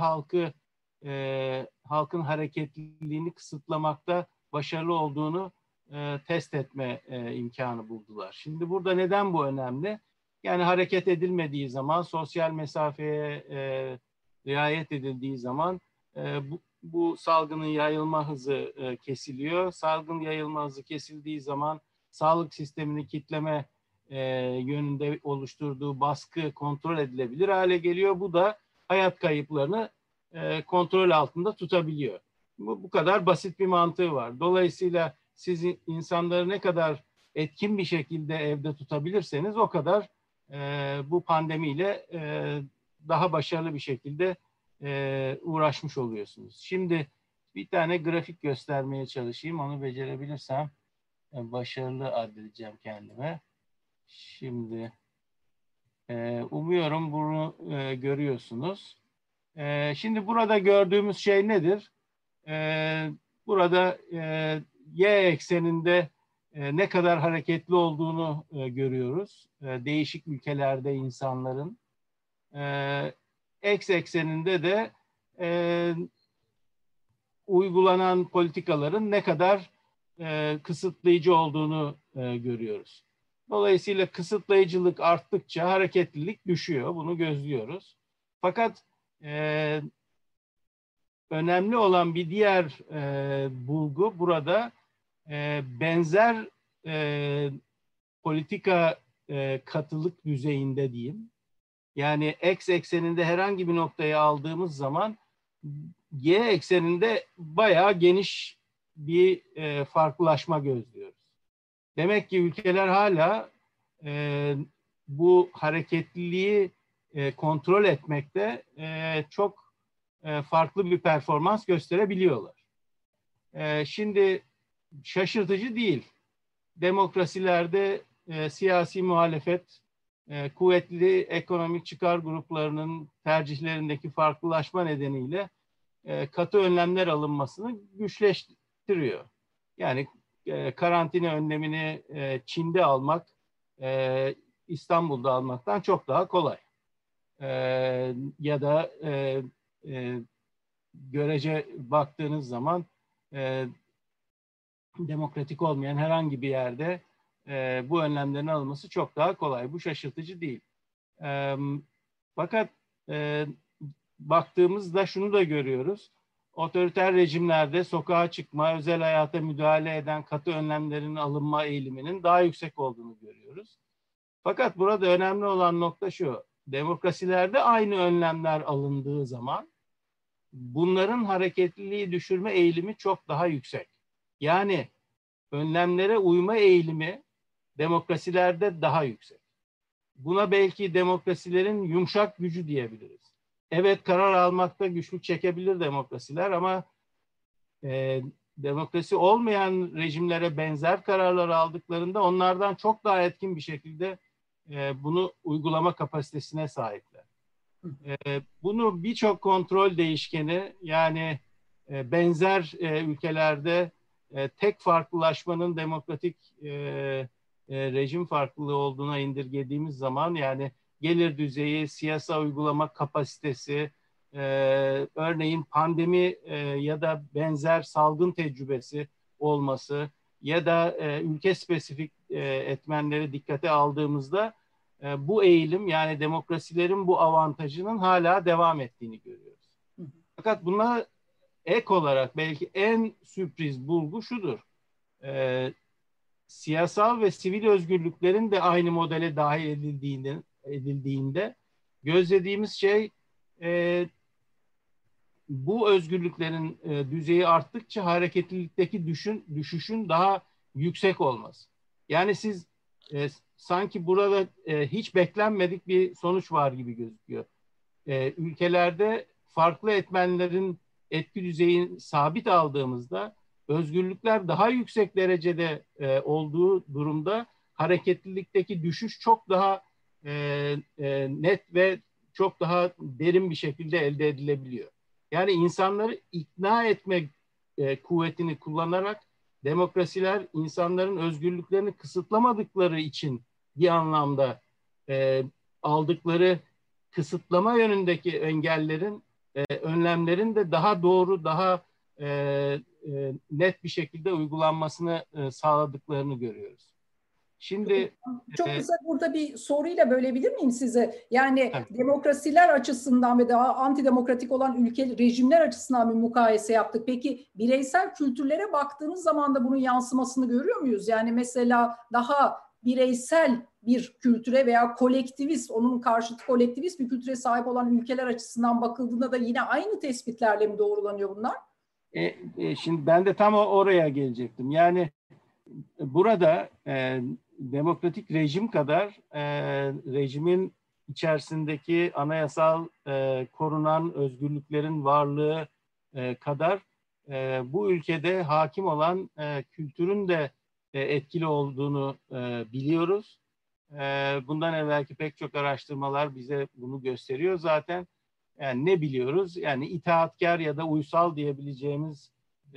halkın hareketliliğini kısıtlamakta başarılı olduğunu test etme imkanı buldular. Şimdi burada neden bu önemli? Yani hareket edilmediği zaman, sosyal mesafeye riayet edildiği zaman bu salgının yayılma hızı kesiliyor. Salgın yayılma hızı kesildiği zaman sağlık sistemini kitleme yönünde oluşturduğu baskı kontrol edilebilir hale geliyor. Bu da hayat kayıplarını kontrol altında tutabiliyor. Bu kadar basit bir mantığı var. Dolayısıyla siz insanları ne kadar etkin bir şekilde evde tutabilirseniz o kadar bu pandemiyle daha başarılı bir şekilde uğraşmış oluyorsunuz. Şimdi bir tane grafik göstermeye çalışayım. Onu becerebilirsem başarılı addedeceğim kendime. Şimdi umuyorum bunu görüyorsunuz. Şimdi burada gördüğümüz şey nedir? Burada Y ekseninde ne kadar hareketli olduğunu görüyoruz. Değişik ülkelerde insanların. X ekseninde de uygulanan politikaların ne kadar kısıtlayıcı olduğunu görüyoruz. Dolayısıyla kısıtlayıcılık arttıkça hareketlilik düşüyor. Bunu gözlüyoruz. Fakat önemli olan bir diğer bulgu burada benzer politika katılık düzeyinde diyeyim. Yani X ekseninde herhangi bir noktayı aldığımız zaman Y ekseninde bayağı geniş bir farklılaşma gözlüyoruz. Demek ki ülkeler hala bu hareketliliği kontrol etmekte çok farklı bir performans gösterebiliyorlar. Şimdi şaşırtıcı değil. Demokrasilerde siyasi muhalefet, kuvvetli ekonomik çıkar gruplarının tercihlerindeki farklılaşma nedeniyle katı önlemler alınmasını güçleştiriyor. Yani karantina önlemini Çin'de almak İstanbul'da almaktan çok daha kolay. Ya da görece baktığınız zaman demokratik olmayan herhangi bir yerde bu önlemlerin alınması çok daha kolay. Bu şaşırtıcı değil. Fakat baktığımızda şunu da görüyoruz. Otoriter rejimlerde sokağa çıkma, özel hayata müdahale eden katı önlemlerin alınma eğiliminin daha yüksek olduğunu görüyoruz. Fakat burada önemli olan nokta şu. Demokrasilerde aynı önlemler alındığı zaman bunların hareketliliği düşürme eğilimi çok daha yüksek. Yani önlemlere uyma eğilimi demokrasilerde daha yüksek. Buna belki demokrasilerin yumuşak gücü diyebiliriz. Evet, karar almakta güçlük çekebilir demokrasiler ama demokrasi olmayan rejimlere benzer kararlar aldıklarında onlardan çok daha etkin bir şekilde bunu uygulama kapasitesine sahipler. Bunu birçok kontrol değişkeni, yani benzer ülkelerde tek farklılaşmanın demokratik rejim farklılığı olduğuna indirgediğimiz zaman, yani gelir düzeyi, siyasa uygulama kapasitesi, örneğin pandemi ya da benzer salgın tecrübesi olması ya da ülke spesifik etmenleri dikkate aldığımızda bu eğilim, yani demokrasilerin bu avantajının hala devam ettiğini görüyoruz. Fakat buna ek olarak belki en sürpriz bulgu şudur. Siyasal ve sivil özgürlüklerin de aynı modele dahil edildiğinde gözlediğimiz şey bu özgürlüklerin düzeyi arttıkça hareketlilikteki düşüşün daha yüksek olması. Yani siz sanki burada hiç beklenmedik bir sonuç var gibi gözüküyor. Ülkelerde farklı etmenlerin etki düzeyini sabit aldığımızda özgürlükler daha yüksek derecede olduğu durumda hareketlilikteki düşüş çok daha net ve çok daha derin bir şekilde elde edilebiliyor. Yani insanları ikna etme kuvvetini kullanarak demokrasiler insanların özgürlüklerini kısıtlamadıkları için bir anlamda aldıkları kısıtlama yönündeki engellerin, önlemlerin de daha doğru, daha net bir şekilde uygulanmasını sağladıklarını görüyoruz. Şimdi çok kısa burada bir soruyla bölebilir miyim size? Yani tabii. Demokrasiler açısından ve daha antidemokratik olan ülke rejimler açısından bir mukayese yaptık. Peki bireysel kültürlere baktığınız zaman da bunun yansımasını görüyor muyuz? Yani mesela daha bireysel bir kültüre veya kolektivist, onun karşıtı kolektivist bir kültüre sahip olan ülkeler açısından bakıldığında da yine aynı tespitlerle mi doğrulanıyor bunlar? Şimdi ben de tam oraya gelecektim. Yani burada demokratik rejim kadar rejimin içerisindeki anayasal korunan özgürlüklerin varlığı kadar bu ülkede hakim olan kültürün de etkili olduğunu biliyoruz. Bundan evvelki pek çok araştırmalar bize bunu gösteriyor zaten. Yani ne biliyoruz? Yani itaatkar ya da uysal diyebileceğimiz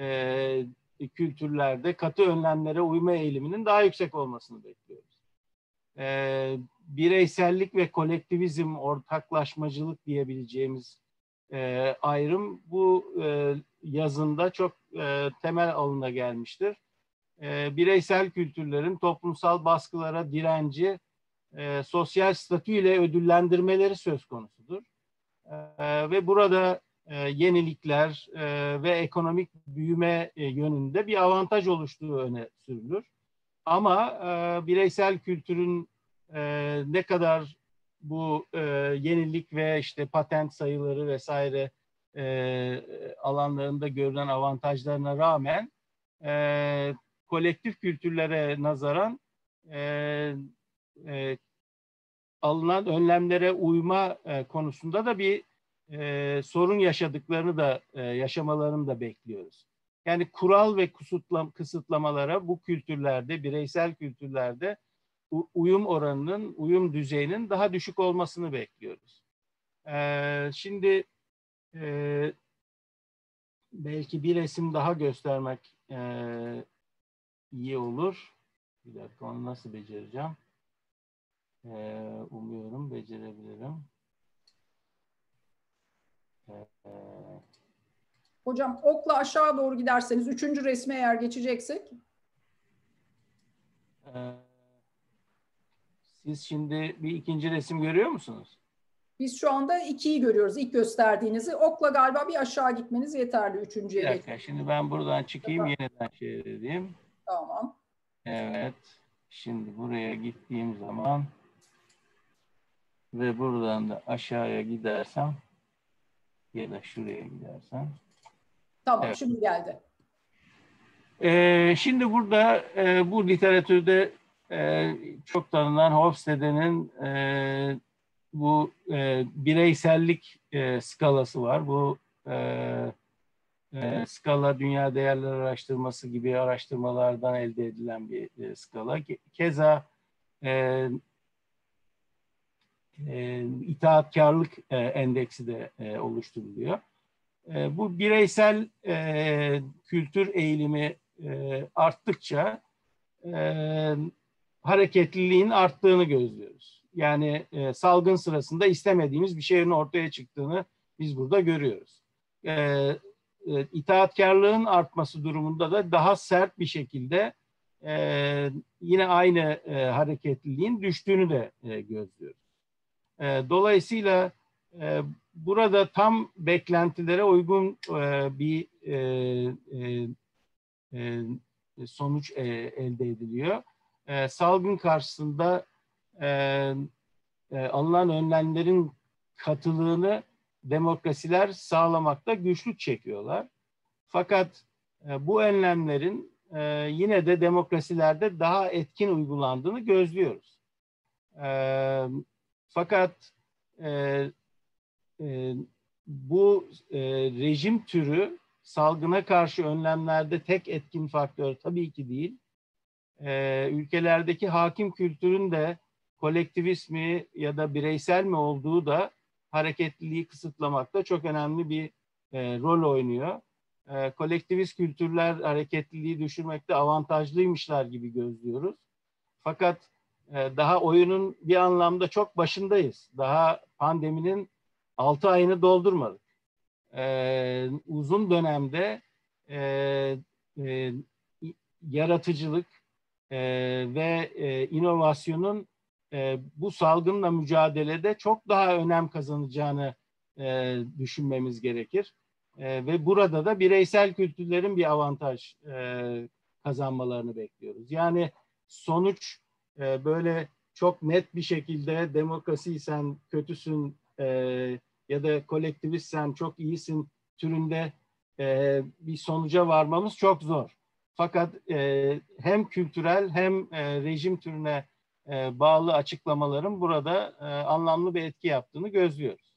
kültürlerde katı önlemlere uyma eğiliminin daha yüksek olmasını bekliyoruz. Bireysellik ve kolektivizm, ortaklaşmacılık diyebileceğimiz ayrım bu yazında çok temel alına gelmiştir. Bireysel kültürlerin toplumsal baskılara direnci, sosyal statüyle ödüllendirmeleri söz konusudur. Ve burada yenilikler ve ekonomik büyüme yönünde bir avantaj oluştuğu öne sürülür. Ama bireysel kültürün ne kadar bu yenilik ve işte patent sayıları vesaire alanlarında görülen avantajlarına rağmen kolektif kültürlere nazaran alınan önlemlere uyma konusunda da bir sorun yaşadıklarını da yaşamalarını da bekliyoruz. Yani kural ve kısıtlamalara bu kültürlerde, bireysel kültürlerde uyum oranının, uyum düzeyinin daha düşük olmasını bekliyoruz. Şimdi belki bir resim daha göstermek iyi olur. Bir dakika, onu nasıl becereceğim? Umuyorum becerebilirim. Hocam okla aşağı doğru giderseniz 3. resme eğer geçeceksek. Siz şimdi bir ikinci resim görüyor musunuz? Biz şu anda 2'yi görüyoruz. İlk gösterdiğinizi. Okla galiba bir aşağı gitmeniz yeterli. 3.'ye Bir dakika, geçmek. şimdi ben buradan çıkayım, yeniden çevireyim. Tamam. Evet. Şimdi buraya gittiğim zaman ve buradan da aşağıya gidersem ya da şuraya gidersem. Tamam, Evet. şimdi geldi. Şimdi burada bu literatürde çok tanınan Hofstede'nin bu bireysellik skalası var. Bu skala dünya değerler araştırması gibi araştırmalardan elde edilen bir skala. Keza itaatkarlık endeksi de oluşturuluyor. Bu bireysel kültür eğilimi arttıkça hareketliliğin arttığını gözlüyoruz. Yani salgın sırasında istemediğimiz bir şeyin ortaya çıktığını biz burada görüyoruz. İtaatkarlığın artması durumunda da daha sert bir şekilde yine aynı hareketliliğin düştüğünü de gözlüyoruz. Dolayısıyla burada tam beklentilere uygun bir sonuç elde ediliyor. Salgın karşısında alınan önlemlerin katılığını demokrasiler sağlamakta güçlük çekiyorlar. Fakat bu önlemlerin yine de demokrasilerde daha etkin uygulandığını gözlüyoruz. Fakat bu rejim türü salgına karşı önlemlerde tek etkin faktör tabii ki değil. Ülkelerdeki hakim kültürün de kolektivist ya da bireysel mi olduğu da hareketliliği kısıtlamakta çok önemli bir rol oynuyor. Kolektivist kültürler hareketliliği düşürmekte avantajlıymışlar gibi gözlüyoruz. Fakat daha oyunun bir anlamda çok başındayız. Daha pandeminin 6 ayını doldurmadık. Uzun dönemde yaratıcılık ve inovasyonun bu salgınla mücadelede çok daha önem kazanacağını düşünmemiz gerekir. Ve burada da bireysel kültürlerin bir avantaj kazanmalarını bekliyoruz. Yani sonuç böyle çok net bir şekilde demokrasiysen kötüsün ya da kolektivistsen çok iyisin türünde bir sonuca varmamız çok zor. Fakat hem kültürel hem rejim türüne bağlı açıklamaların burada anlamlı bir etki yaptığını gözlüyoruz.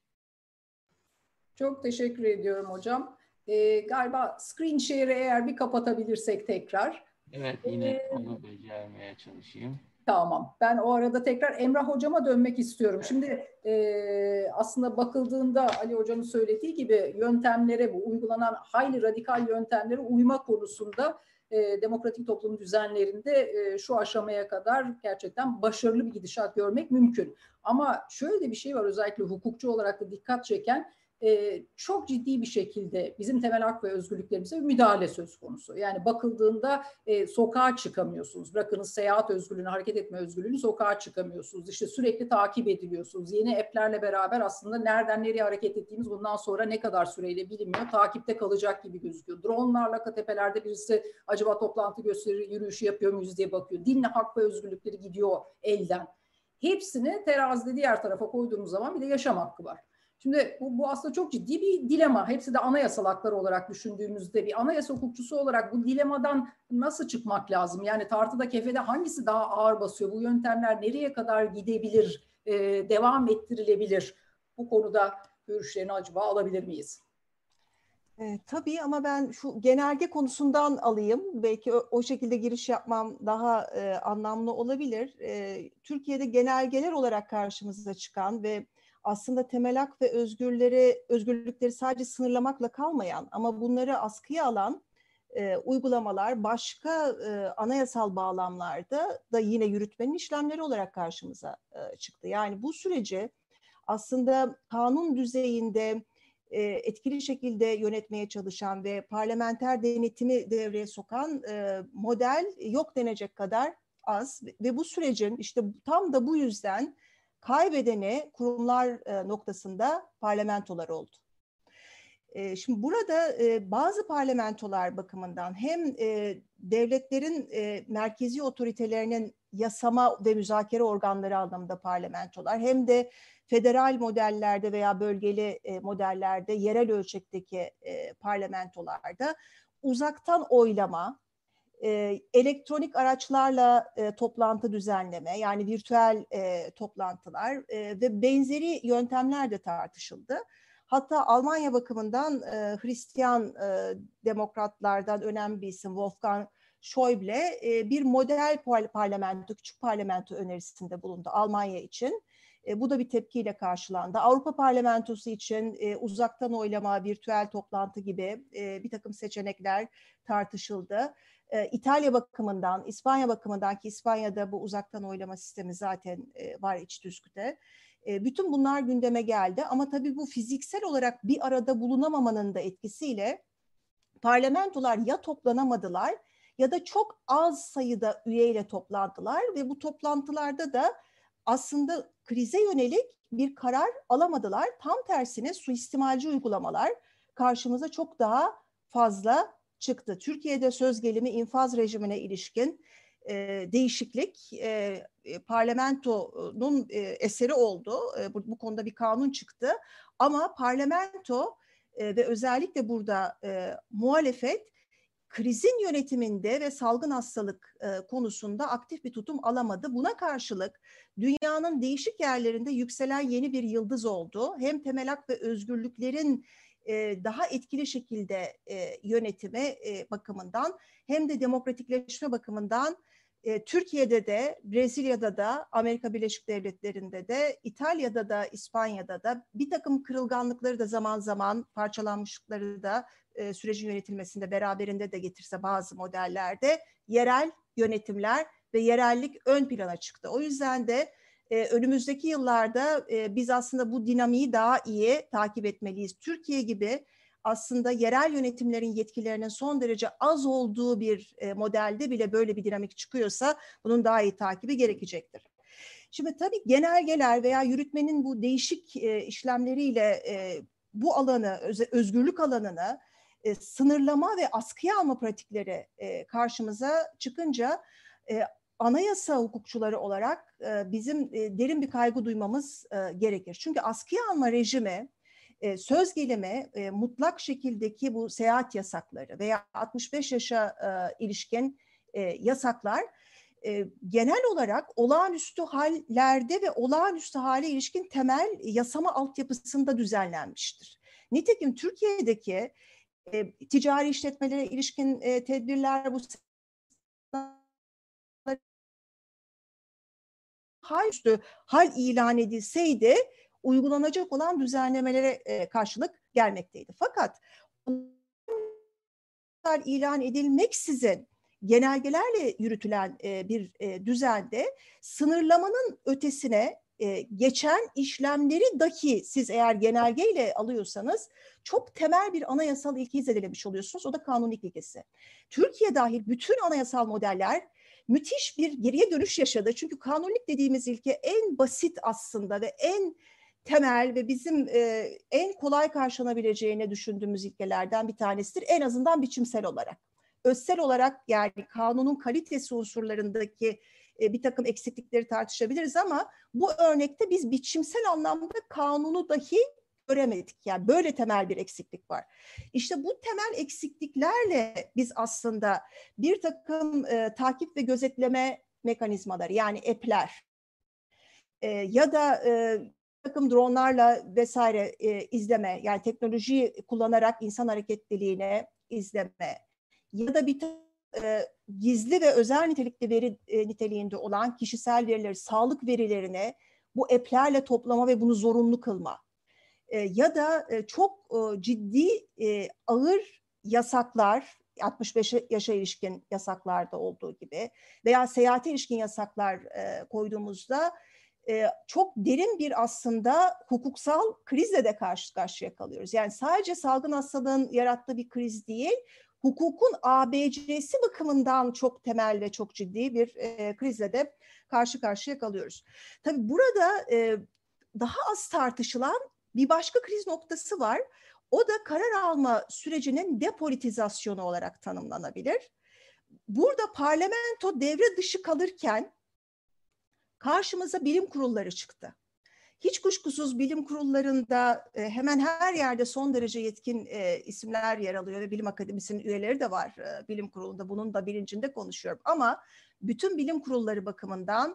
Çok teşekkür ediyorum hocam. Galiba screen share'i eğer bir kapatabilirsek tekrar. Evet, yine onu becermeye çalışayım. Tamam. Ben o arada tekrar Emrah hocama dönmek istiyorum. Şimdi aslında bakıldığında Ali hocanın söylediği gibi yöntemlere, bu uygulanan hayli radikal yöntemlere uyma konusunda demokratik toplum düzenlerinde şu aşamaya kadar gerçekten başarılı bir gidişat görmek mümkün. Ama şöyle de bir şey var, özellikle hukukçu olarak da dikkat çeken, çok ciddi bir şekilde bizim temel hak ve özgürlüklerimize müdahale söz konusu. Yani bakıldığında sokağa çıkamıyorsunuz. Bırakınız seyahat özgürlüğünü, hareket etme özgürlüğünü, sokağa çıkamıyorsunuz. İşte sürekli takip ediliyorsunuz. Yeni app'lerle beraber aslında nereden nereye hareket ettiğimiz bundan sonra ne kadar süreyle bilinmiyor. Takipte kalacak gibi gözüküyor. Drone'larla tepelerde birisi acaba toplantı gösteri yürüyüşü yapıyor muyuz diye bakıyor. Dinle hak ve özgürlükleri gidiyor elden. Hepsini terazide diğer tarafa koyduğumuz zaman bir de yaşam hakkı var. Şimdi bu aslında çok ciddi bir dilema. Hepsi de anayasal haklar olarak düşündüğümüzde bir anayasa hukukçusu olarak bu dilemadan nasıl çıkmak lazım? Yani tartıda kefede hangisi daha ağır basıyor? Bu yöntemler nereye kadar gidebilir, devam ettirilebilir? Bu konuda görüşlerini acaba alabilir miyiz? Tabii ama ben şu genelge konusundan alayım. Belki o şekilde giriş yapmam daha anlamlı olabilir. Türkiye'de genelgeler olarak karşımıza çıkan ve aslında temel hak ve özgürlükleri sadece sınırlamakla kalmayan ama bunları askıya alan uygulamalar başka anayasal bağlamlarda da yine yürütmenin işlemleri olarak karşımıza çıktı. Yani bu süreci aslında kanun düzeyinde etkili şekilde yönetmeye çalışan ve parlamenter denetimi devreye sokan model yok denecek kadar az ve bu sürecin işte tam da bu yüzden kaybedeni kurumlar noktasında parlamentolar oldu. Şimdi burada bazı parlamentolar bakımından hem devletlerin merkezi otoritelerinin yasama ve müzakere organları anlamında parlamentolar hem de federal modellerde veya bölgeli modellerde yerel ölçekteki parlamentolarda uzaktan oylama, elektronik araçlarla toplantı düzenleme yani virtüel toplantılar ve benzeri yöntemler de tartışıldı. Hatta Almanya bakımından Hristiyan demokratlardan önemli bir isim Wolfgang Schäuble bir model parlamento, küçük parlamento önerisinde bulundu Almanya için. Bu da bir tepkiyle karşılandı. Avrupa Parlamentosu için uzaktan oylama, virtüel toplantı gibi bir takım seçenekler tartışıldı. İtalya bakımından, İspanya bakımından ki İspanya'da bu uzaktan oylama sistemi zaten var iç tüzükte. Bütün bunlar gündeme geldi ama tabii bu fiziksel olarak bir arada bulunamamanın da etkisiyle parlamentolar ya toplanamadılar ya da çok az sayıda üyeyle toplandılar ve bu toplantılarda da aslında krize yönelik bir karar alamadılar. Tam tersine suistimalci uygulamalar karşımıza çok daha fazla çıktı. Türkiye'de söz gelimi infaz rejimine ilişkin değişiklik parlamentonun eseri oldu. Bu konuda bir kanun çıktı. Ama parlamento ve özellikle burada muhalefet krizin yönetiminde ve salgın hastalık konusunda aktif bir tutum alamadı. Buna karşılık dünyanın değişik yerlerinde yükselen yeni bir yıldız oldu. Hem temel hak ve özgürlüklerin daha etkili şekilde yönetimi bakımından hem de demokratikleşme bakımından Türkiye'de de, Brezilya'da da, Amerika Birleşik Devletleri'nde de, İtalya'da da, İspanya'da da bir takım kırılganlıkları da zaman zaman parçalanmışlıkları da sürecin yönetilmesinde beraberinde de getirse bazı modellerde yerel yönetimler ve yerellik ön plana çıktı. O yüzden de önümüzdeki yıllarda biz aslında bu dinamiği daha iyi takip etmeliyiz. Türkiye gibi aslında yerel yönetimlerin yetkilerinin son derece az olduğu bir modelde bile böyle bir dinamik çıkıyorsa bunun daha iyi takibi gerekecektir. Şimdi tabii genelgeler veya yürütmenin bu değişik işlemleriyle bu alanı, özgürlük alanını sınırlama ve askıya alma pratikleri karşımıza çıkınca anayasa hukukçuları olarak bizim derin bir kaygı duymamız gerekir. Çünkü askıya alma rejimi söz gelimi mutlak şekildeki bu seyahat yasakları veya 65 yaşa ilişkin yasaklar genel olarak olağanüstü hallerde ve olağanüstü hale ilişkin temel yasama altyapısında düzenlenmiştir. Nitekim Türkiye'deki ticari işletmelere ilişkin tedbirler bu olağanüstü hal ilan edilseydi uygulanacak olan düzenlemelere karşılık gelmekteydi. Fakat ilan edilmeksizin genelgelerle yürütülen bir düzende sınırlamanın ötesine geçen işlemleri dahi siz eğer genelgeyle alıyorsanız çok temel bir anayasal ilkeyi zedelemiş oluyorsunuz. O da kanunluk ilkesi. Türkiye dahil bütün anayasal modeller müthiş bir geriye dönüş yaşadı. Çünkü kanunluk dediğimiz ilke en basit aslında ve en temel ve bizim en kolay karşılanabileceğini düşündüğümüz ilkelerden bir tanesidir. En azından biçimsel olarak. Özsel olarak yani kanunun kalitesi unsurlarındaki bir takım eksiklikleri tartışabiliriz ama bu örnekte biz biçimsel anlamda kanunu dahi göremedik. Yani böyle temel bir eksiklik var. İşte bu temel eksikliklerle biz aslında bir takım takip ve gözetleme mekanizmaları yani app'ler ya da takım dronlarla vesaire izleme yani teknolojiyi kullanarak insan hareketliliğine izleme ya da bir gizli ve özel nitelikli veri niteliğinde olan kişisel verileri, sağlık verilerine bu app'lerle toplama ve bunu zorunlu kılma. Ya da çok ciddi ağır yasaklar, 65 yaşa ilişkin yasaklarda olduğu gibi veya seyahate ilişkin yasaklar koyduğumuzda çok derin bir aslında hukuksal krizle de karşı karşıya kalıyoruz. Yani sadece salgın hastalığın yarattığı bir kriz değil, hukukun ABC'si bakımından çok temel ve çok ciddi bir krizle de karşı karşıya kalıyoruz. Tabii burada daha az tartışılan bir başka kriz noktası var. O da karar alma sürecinin depolitizasyonu olarak tanımlanabilir. Burada parlamento devre dışı kalırken karşımıza bilim kurulları çıktı. Hiç kuşkusuz bilim kurullarında hemen her yerde son derece yetkin isimler yer alıyor ve bilim akademisinin üyeleri de var bilim kurulunda. Bunun da bilincinde konuşuyorum. Ama bütün bilim kurulları bakımından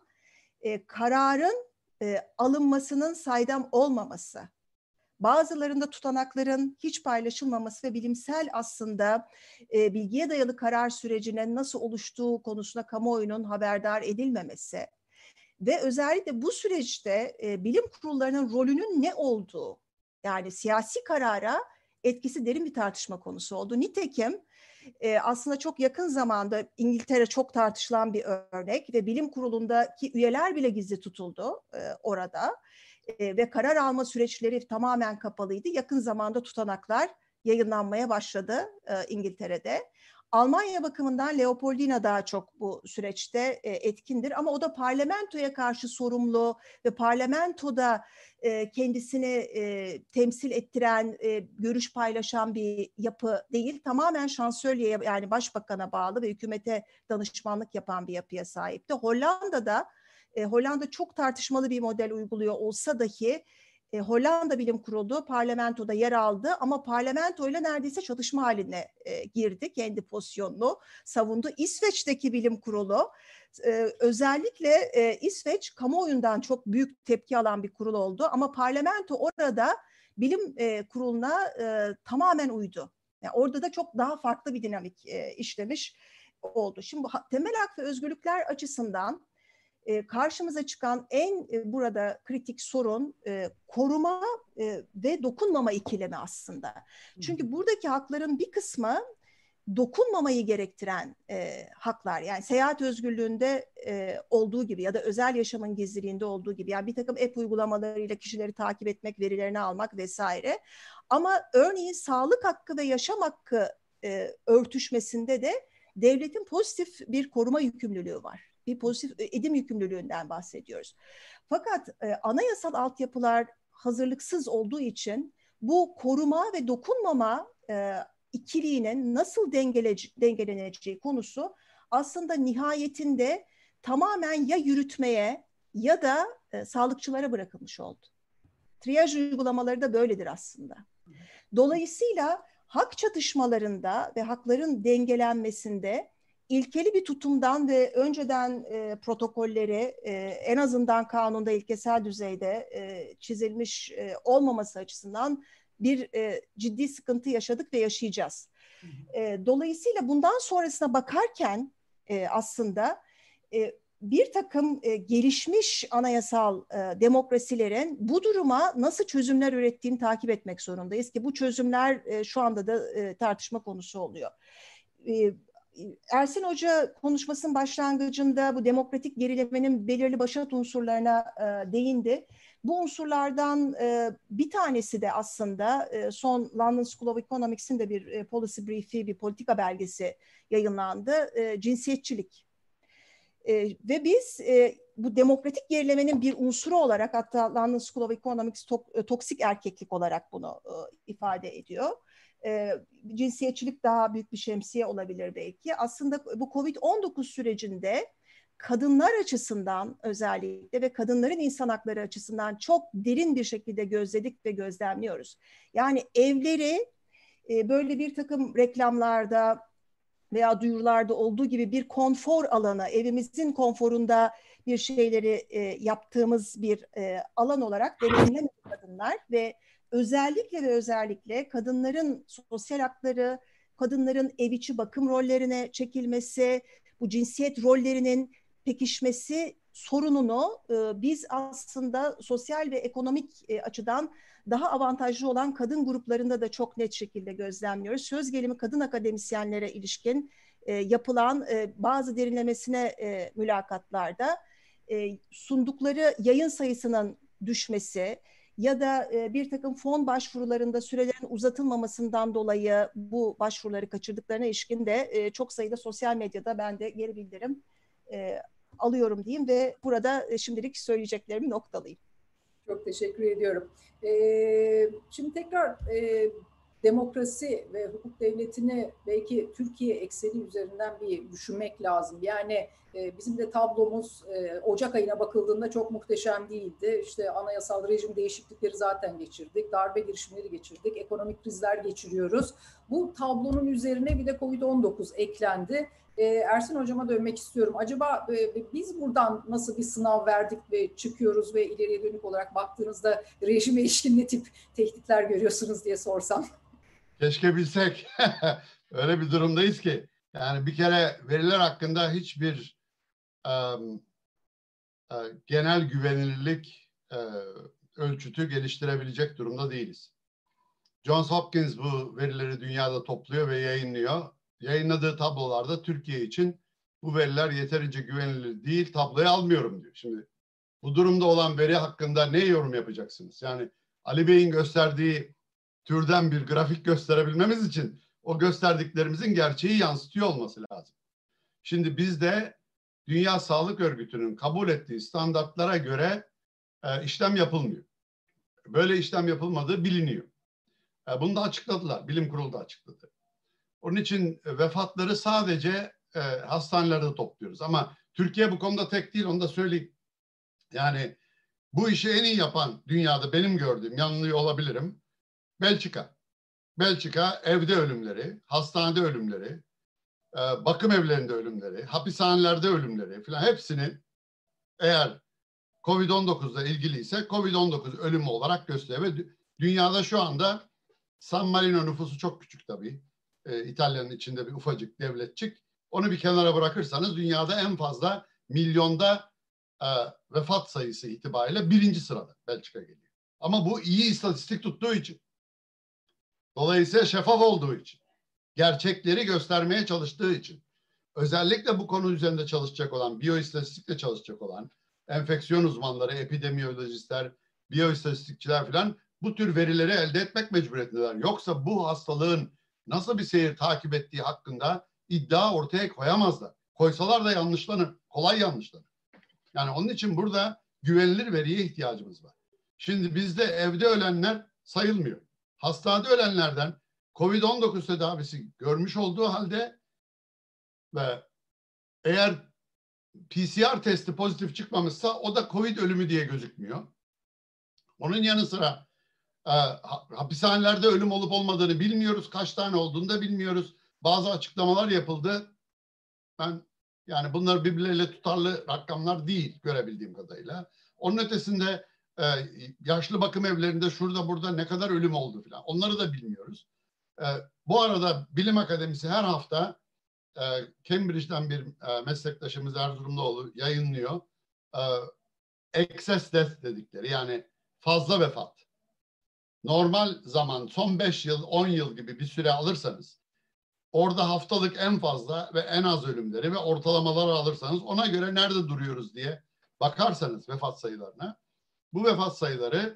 kararın alınmasının saydam olmaması, bazılarında tutanakların hiç paylaşılmaması ve bilimsel aslında bilgiye dayalı karar sürecinin nasıl oluştuğu konusunda kamuoyunun haberdar edilmemesi ve özellikle bu süreçte bilim kurullarının rolünün ne olduğu, yani siyasi karara etkisi derin bir tartışma konusu oldu. Nitekim aslında çok yakın zamanda İngiltere çok tartışılan bir örnek ve bilim kurulundaki üyeler bile gizli tutuldu orada. Ve karar alma süreçleri tamamen kapalıydı. Yakın zamanda tutanaklar yayınlanmaya başladı İngiltere'de. Almanya bakımından Leopoldina daha çok bu süreçte etkindir ama o da parlamentoya karşı sorumlu ve parlamentoda kendisini temsil ettiren, görüş paylaşan bir yapı değil. Tamamen şansölyeye, yani başbakana bağlı ve hükümete danışmanlık yapan bir yapıya sahipti. Hollanda çok tartışmalı bir model uyguluyor olsa dahi Hollanda Bilim Kurulu parlamentoda yer aldı ama parlamentoyla neredeyse çatışma haline girdi. Kendi pozisyonunu savundu. İsveç'teki bilim kurulu özellikle İsveç kamuoyundan çok büyük tepki alan bir kurul oldu ama parlamento orada bilim kuruluna tamamen uydu. Yani orada da çok daha farklı bir dinamik işlemiş oldu. Şimdi temel hak ve özgürlükler açısından karşımıza çıkan en burada kritik sorun koruma ve dokunmama ikilemi aslında. Çünkü buradaki hakların bir kısmı dokunmamayı gerektiren haklar. Yani seyahat özgürlüğünde olduğu gibi ya da özel yaşamın gizliliğinde olduğu gibi. Yani bir takım app uygulamalarıyla kişileri takip etmek, verilerini almak vesaire. Ama örneğin sağlık hakkı ve yaşam hakkı örtüşmesinde de devletin pozitif bir koruma yükümlülüğü var. Bir pozitif edim yükümlülüğünden bahsediyoruz. Fakat anayasal altyapılar hazırlıksız olduğu için bu koruma ve dokunmama ikiliğinin nasıl dengeleneceği konusu aslında nihayetinde tamamen ya yürütmeye ya da sağlıkçılara bırakılmış oldu. Triyaj uygulamaları da böyledir aslında. Dolayısıyla hak çatışmalarında ve hakların dengelenmesinde ilkeli bir tutumdan ve önceden protokolleri en azından kanunda ilkesel düzeyde çizilmiş olmaması açısından bir ciddi sıkıntı yaşadık ve yaşayacağız. Dolayısıyla bundan sonrasına bakarken aslında bir takım gelişmiş anayasal demokrasilerin bu duruma nasıl çözümler ürettiğini takip etmek zorundayız ki bu çözümler şu anda da tartışma konusu oluyor. Ersin Hoca konuşmasının başlangıcında bu demokratik gerilemenin belirli başat unsurlarına değindi. Bu unsurlardan bir tanesi de aslında son London School of Economics'in de bir policy brief'i, bir politika belgesi yayınlandı. Cinsiyetçilik. Ve biz bu demokratik gerilemenin bir unsuru olarak, hatta London School of Economics toksik erkeklik olarak bunu ifade ediyor. Cinsiyetçilik daha büyük bir şemsiye olabilir belki. Aslında bu COVID-19 sürecinde kadınlar açısından özellikle ve kadınların insan hakları açısından çok derin bir şekilde gözledik ve gözlemliyoruz. Yani evleri böyle bir takım reklamlarda veya duyurularda olduğu gibi bir konfor alanı, evimizin konforunda bir şeyleri yaptığımız bir alan olarak deneyimlemedi kadınlar ve özellikle kadınların sosyal hakları, kadınların ev içi bakım rollerine çekilmesi, bu cinsiyet rollerinin pekişmesi sorununu biz aslında sosyal ve ekonomik açıdan daha avantajlı olan kadın gruplarında da çok net şekilde gözlemliyoruz. Söz gelimi kadın akademisyenlere ilişkin yapılan bazı derinlemesine mülakatlarda sundukları yayın sayısının düşmesi ya da bir takım fon başvurularında sürelerin uzatılmamasından dolayı bu başvuruları kaçırdıklarına ilişkin de çok sayıda sosyal medyada ben de geri bildirim alıyorum diyeyim ve burada şimdilik söyleyeceklerimi noktalayayım. Çok teşekkür ediyorum. Şimdi tekrar demokrasi ve hukuk devletini belki Türkiye ekseni üzerinden bir düşünmek lazım. Yani bizim de tablomuz Ocak ayına bakıldığında çok muhteşem değildi. İşte anayasal rejim değişiklikleri zaten geçirdik, darbe girişimleri geçirdik, ekonomik krizler geçiriyoruz. Bu tablonun üzerine bir de Covid-19 eklendi. Ersin Hocam'a dönmek istiyorum. Acaba biz buradan nasıl bir sınav verdik ve çıkıyoruz ve ileriye dönük olarak baktığınızda rejime ilişkin ne tip tehditler görüyorsunuz diye sorsam? Keşke bilsek. Öyle bir durumdayız ki. Yani bir kere veriler hakkında hiçbir genel güvenilirlik ölçütü geliştirebilecek durumda değiliz. Johns Hopkins bu verileri dünyada topluyor ve yayınlıyor. Yayınladığı tablolarda Türkiye için bu veriler yeterince güvenilir değil, tabloya almıyorum diyor. Şimdi bu durumda olan veri hakkında ne yorum yapacaksınız? Yani Ali Bey'in gösterdiği türden bir grafik gösterebilmemiz için o gösterdiklerimizin gerçeği yansıtıyor olması lazım. Şimdi bizde Dünya Sağlık Örgütü'nün kabul ettiği standartlara göre işlem yapılmıyor. Böyle işlem yapılmadığı biliniyor. Bunu da açıkladılar. Bilim Kurulu da açıkladı. Onun için vefatları sadece hastanelerde topluyoruz. Ama Türkiye bu konuda tek değil, onu da söyleyeyim. Yani bu işi en iyi yapan dünyada benim gördüğüm, yanılıyor olabilirim, Belçika. Belçika evde ölümleri, hastanede ölümleri, bakım evlerinde ölümleri, hapishanelerde ölümleri falan hepsini eğer Covid-19'la ilgiliyse Covid-19 ölümü olarak gösteriyor. Ve dünyada şu anda San Marino nüfusu çok küçük tabii. İtalya'nın içinde bir ufacık devletçik. Onu bir kenara bırakırsanız dünyada en fazla milyonda vefat sayısı itibariyle 1. sırada Belçika geliyor. Ama bu iyi istatistik tuttuğu için. Dolayısıyla şeffaf olduğu için. Gerçekleri göstermeye çalıştığı için. Özellikle bu konu üzerinde çalışacak olan, biyoistatistikle çalışacak olan enfeksiyon uzmanları, epidemiyolojistler, biyoistatistikçiler falan bu tür verileri elde etmek mecburiyetindeler. Yoksa bu hastalığın nasıl bir seyir takip ettiği hakkında iddia ortaya koyamazlar. Koysalar da yanlışlanır, kolay yanlışlanır. Yani onun için burada güvenilir veriye ihtiyacımız var. Şimdi bizde evde ölenler sayılmıyor. Hastanede ölenlerden Covid-19 tedavisi görmüş olduğu halde ve eğer PCR testi pozitif çıkmamışsa o da Covid ölümü diye gözükmüyor. Onun yanı sıra hapishanelerde ölüm olup olmadığını bilmiyoruz. Kaç tane olduğunu da bilmiyoruz. Bazı açıklamalar yapıldı. Yani bunlar birbirleriyle tutarlı rakamlar değil görebildiğim kadarıyla. Onun ötesinde yaşlı bakım evlerinde şurada burada ne kadar ölüm oldu falan. Onları da bilmiyoruz. Bu arada Bilim Akademisi her hafta Cambridge'den bir meslektaşımız Erzurumluoğlu yayınlıyor. Excess death dedikleri, yani fazla vefat. Normal zaman son 5 yıl 10 yıl gibi bir süre alırsanız orada haftalık en fazla ve en az ölümleri ve ortalamaları alırsanız ona göre nerede duruyoruz diye bakarsanız vefat sayılarına, bu vefat sayıları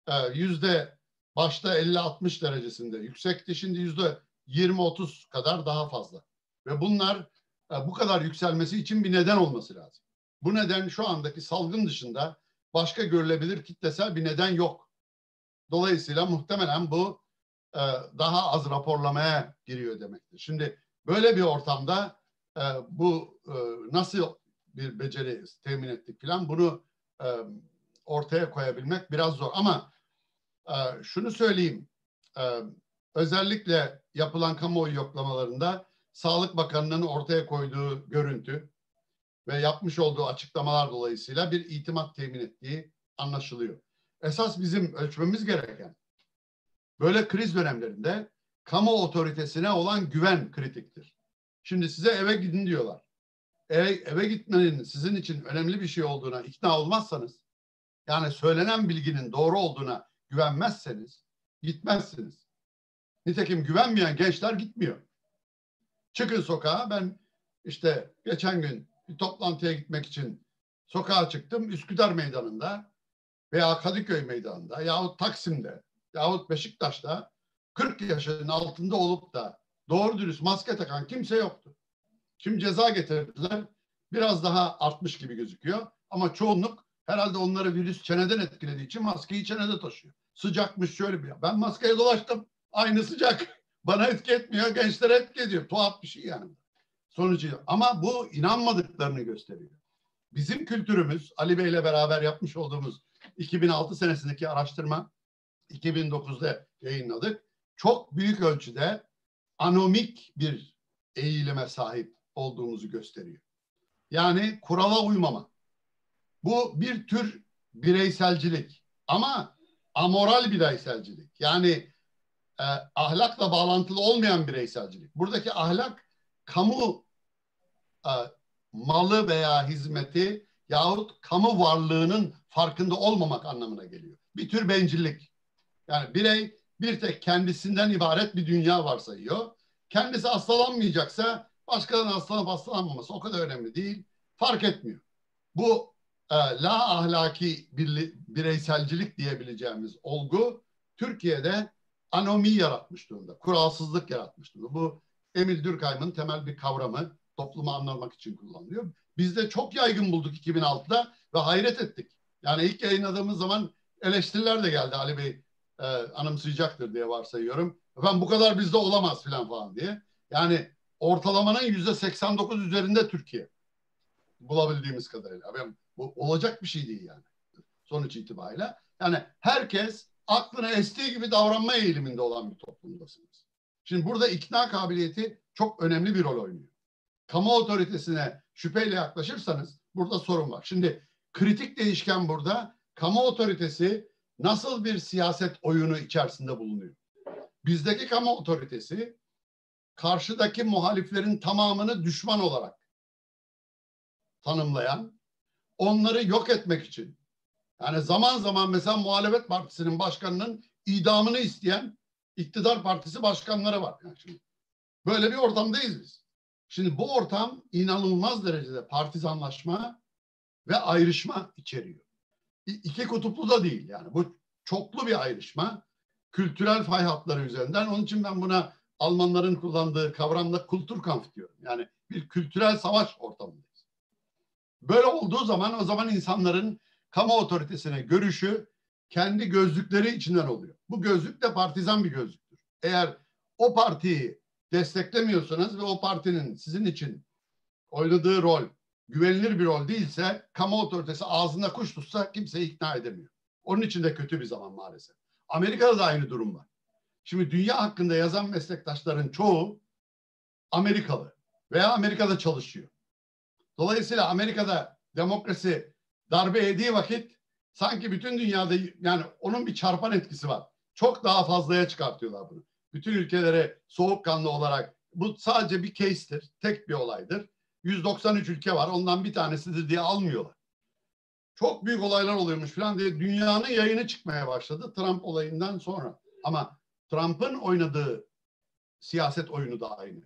başta 50-60 derecesinde yüksekti. Şimdi %20-30 kadar daha fazla. Ve bunlar bu kadar yükselmesi için bir neden olması lazım. Bu neden şu andaki salgın dışında başka görülebilir kitlesel bir neden yok. Dolayısıyla muhtemelen bu daha az raporlamaya giriyor demektir. Şimdi böyle bir ortamda bu nasıl bir beceri temin ettik falan, bunu ortaya koyabilmek biraz zor. Ama şunu söyleyeyim, özellikle yapılan kamuoyu yoklamalarında Sağlık Bakanı'nın ortaya koyduğu görüntü ve yapmış olduğu açıklamalar dolayısıyla bir itimat temin ettiği anlaşılıyor. Esas bizim ölçmemiz gereken, böyle kriz dönemlerinde kamu otoritesine olan güven kritiktir. Şimdi size eve gidin diyorlar. eve gitmenin sizin için önemli bir şey olduğuna ikna olmazsanız, yani söylenen bilginin doğru olduğuna güvenmezseniz gitmezsiniz. Nitekim güvenmeyen gençler gitmiyor. Çıkın sokağa. Ben işte geçen gün bir toplantıya gitmek için sokağa çıktım. Üsküdar Meydanı'nda veya Kadıköy Meydanı'nda yahut Taksim'de yahut Beşiktaş'ta 40 yaşının altında olup da doğru dürüst maske takan kimse yoktu. Şimdi ceza getirdiler. Biraz daha artmış gibi gözüküyor. Ama çoğunluk herhalde onları virüs çeneden etkilediği için maskeyi çenede taşıyor. Sıcakmış şöyle bir. Ben maskeye dolaştım. Aynı sıcak. Bana etki etmiyor. Gençlere etki ediyor. Tuhaf bir şey yani. Sonucu. Ama bu inanmadıklarını gösteriyor. Bizim kültürümüz, Ali Bey'le beraber yapmış olduğumuz 2006 senesindeki araştırma 2009'da yayınladık. Çok büyük ölçüde anomik bir eğilime sahip olduğumuzu gösteriyor. Yani kurala uymama. Bu bir tür bireyselcilik ama amoral bireyselcilik. Yani ahlakla bağlantılı olmayan bireyselcilik. Buradaki ahlak kamu malı veya hizmeti yahut kamu varlığının farkında olmamak anlamına geliyor. Bir tür bencillik. Yani birey bir tek kendisinden ibaret bir dünya varsayıyor. Kendisi hastalanmayacaksa başkalarının hastalanıp hastalanmaması o kadar önemli değil. Fark etmiyor. Bu la ahlaki bireyselcilik diyebileceğimiz olgu Türkiye'de anomi yaratmış durumda. Kuralsızlık yaratmış durumda. Bu Emil Durkheim'in temel bir kavramı, toplumu anlamak için kullanılıyor. Biz de çok yaygın bulduk 2006'da ve hayret ettik. Yani ilk yayınladığımız zaman eleştiriler de geldi. Ali Bey anımsayacaktır diye varsayıyorum. Efendim bu kadar bizde olamaz falan diye. Yani ortalamanın %89 üzerinde Türkiye. Bulabildiğimiz kadarıyla. Yani bu olacak bir şey değil yani. Sonuç itibariyle. Yani herkes aklına estiği gibi davranma eğiliminde olan bir toplumdasınız. Şimdi burada ikna kabiliyeti çok önemli bir rol oynuyor. Kamu otoritesine şüpheyle yaklaşırsanız burada sorun var. Şimdi kritik değişken burada kamu otoritesi nasıl bir siyaset oyunu içerisinde bulunuyor? Bizdeki kamu otoritesi karşıdaki muhaliflerin tamamını düşman olarak tanımlayan, onları yok etmek için, yani zaman zaman mesela muhalefet partisinin başkanının idamını isteyen iktidar partisi başkanları var. Yani şimdi böyle bir ortamdayız biz. Şimdi bu ortam inanılmaz derecede partizanlaşma ve ayrışma içeriyor. İki kutuplu da değil yani. Bu çoklu bir ayrışma. Kültürel fay hatları üzerinden. Onun için ben buna Almanların kullandığı kavramla Kulturkampf diyorum. Yani bir kültürel savaş ortamındayız. Böyle olduğu zaman o zaman insanların kamu otoritesine görüşü kendi gözlükleri içinden oluyor. Bu gözlük de partizan bir gözlüktür. Eğer o partiyi desteklemiyorsanız ve o partinin sizin için oynadığı rol güvenilir bir rol değilse kamu otoritesi ağzında kuş tutsa kimseyi ikna edemiyor. Onun için de kötü bir zaman maalesef. Amerika'da da aynı durum var. Şimdi dünya hakkında yazan meslektaşların çoğu Amerikalı veya Amerika'da çalışıyor. Dolayısıyla Amerika'da demokrasi darbe yediği vakit sanki bütün dünyada yani onun bir çarpan etkisi var. Çok daha fazlaya çıkartıyorlar bunu. Bütün ülkelere soğukkanlı olarak bu sadece bir case'tir, tek bir olaydır. 193 ülke var, ondan bir tanesidir diye almıyorlar. Çok büyük olaylar oluyormuş falan diye dünyanın yayını çıkmaya başladı Trump olayından sonra. Ama Trump'ın oynadığı siyaset oyunu da aynı.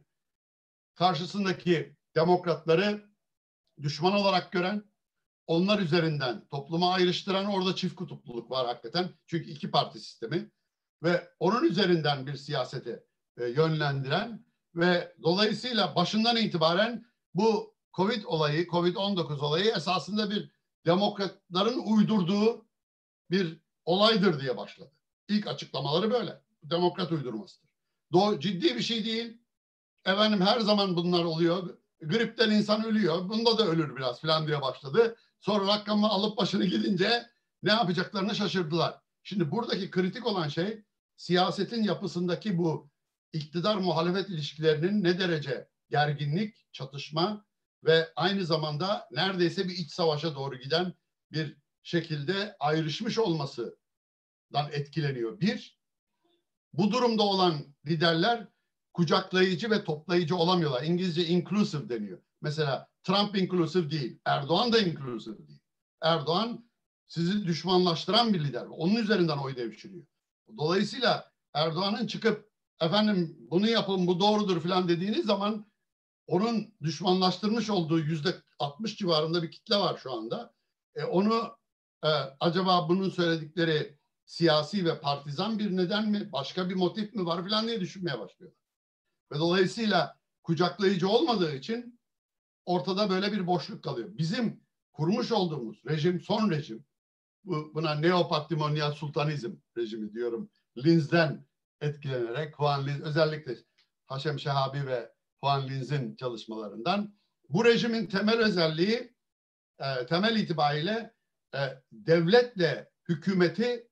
Karşısındaki demokratları düşman olarak gören, onlar üzerinden toplumu ayrıştıran, orada çift kutupluluk var hakikaten. Çünkü iki parti sistemi ve onun üzerinden bir siyasete yönlendiren ve dolayısıyla başından itibaren bu Covid-19 olayı esasında bir demokratların uydurduğu bir olaydır diye başladı. İlk açıklamaları böyle. Demokrat uydurmasıdır. Ciddi bir şey değil. Efendim her zaman bunlar oluyor. Gripten insan ölüyor. Bunda da ölür biraz falan diye başladı. Sonra rakamı alıp başını gidince ne yapacaklarını şaşırdılar. Şimdi buradaki kritik olan şey siyasetin yapısındaki bu iktidar muhalefet ilişkilerinin ne derece gerginlik, çatışma ve aynı zamanda neredeyse bir iç savaşa doğru giden bir şekilde ayrışmış olmasından etkileniyor. Bir, bu durumda olan liderler kucaklayıcı ve toplayıcı olamıyorlar. İngilizce inclusive deniyor. Mesela Trump inclusive değil, Erdoğan da inclusive değil. Erdoğan sizi düşmanlaştıran bir lider. Onun üzerinden oy devşiriyor. Dolayısıyla Erdoğan'ın çıkıp efendim bunu yapın, bu doğrudur falan dediğiniz zaman onun düşmanlaştırmış olduğu %60 civarında bir kitle var şu anda. Onu acaba bunun söyledikleri siyasi ve partizan bir neden mi, başka bir motif mi var falan diye düşünmeye başlıyorlar. Ve dolayısıyla kucaklayıcı olmadığı için ortada böyle bir boşluk kalıyor. Bizim kurmuş olduğumuz rejim, son rejim, buna neopatrimonyal sultanizm rejimi diyorum. Linz'den etkilenerek, Juan Linz, özellikle Haşem Şehabi ve Juan Linz'in çalışmalarından, bu rejimin temel özelliği, temel itibariyle devletle hükümeti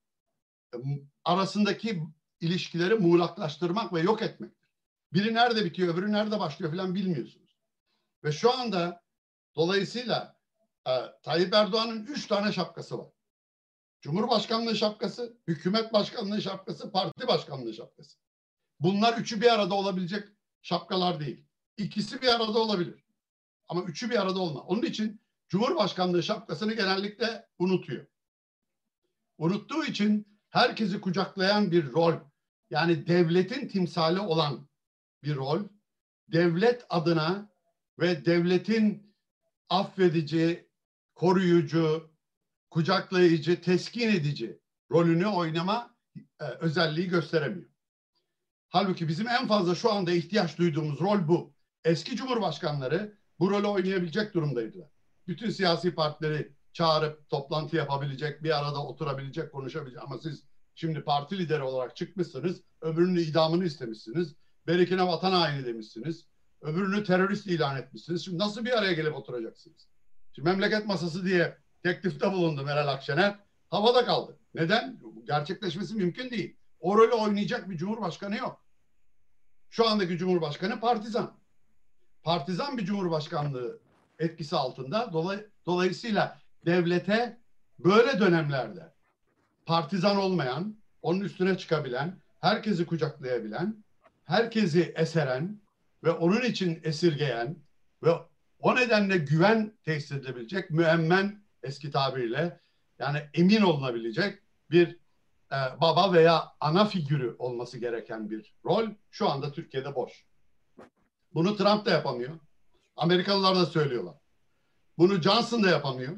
arasındaki ilişkileri muğlaklaştırmak ve yok etmektir. Biri nerede bitiyor, öbürü nerede başlıyor falan bilmiyorsunuz. Ve şu anda dolayısıyla Tayyip Erdoğan'ın 3 tane şapkası var. Cumhurbaşkanlığı şapkası, hükümet başkanlığı şapkası, parti başkanlığı şapkası. Bunlar üçü bir arada olabilecek şapkalar değil. İkisi bir arada olabilir. Ama üçü bir arada olmaz. Onun için Cumhurbaşkanlığı şapkasını genellikle unutuyor. Unuttuğu için herkesi kucaklayan bir rol, yani devletin timsali olan bir rol, devlet adına ve devletin affedici, koruyucu, kucaklayıcı, teskin edici rolünü oynama özelliği gösteremiyor. Halbuki bizim en fazla şu anda ihtiyaç duyduğumuz rol bu. Eski cumhurbaşkanları bu rolü oynayabilecek durumdaydılar. Bütün siyasi partileri çağırıp toplantı yapabilecek, bir arada oturabilecek, konuşabilecek. Ama siz şimdi parti lideri olarak çıkmışsınız, öbürünün idamını istemişsiniz, berikine vatan haini demişsiniz, öbürünü terörist ilan etmişsiniz. Şimdi nasıl bir araya gelip oturacaksınız? Şimdi memleket masası diye teklifte bulundu Meral Akşener, havada kaldı. Neden? Gerçekleşmesi mümkün değil. O rolü oynayacak bir cumhurbaşkanı yok. Şu andaki cumhurbaşkanı partizan. Partizan bir cumhurbaşkanlığı etkisi altında. Dolayısıyla devlete böyle dönemlerde partizan olmayan, onun üstüne çıkabilen, herkesi kucaklayabilen, herkesi eseren ve onun için esirgeyen ve o nedenle güven tesis edilebilecek, müemmen eski tabiriyle, yani emin olunabilecek bir baba veya ana figürü olması gereken bir rol şu anda Türkiye'de boş. Bunu Trump da yapamıyor. Amerikalılar da söylüyorlar. Bunu Johnson da yapamıyor.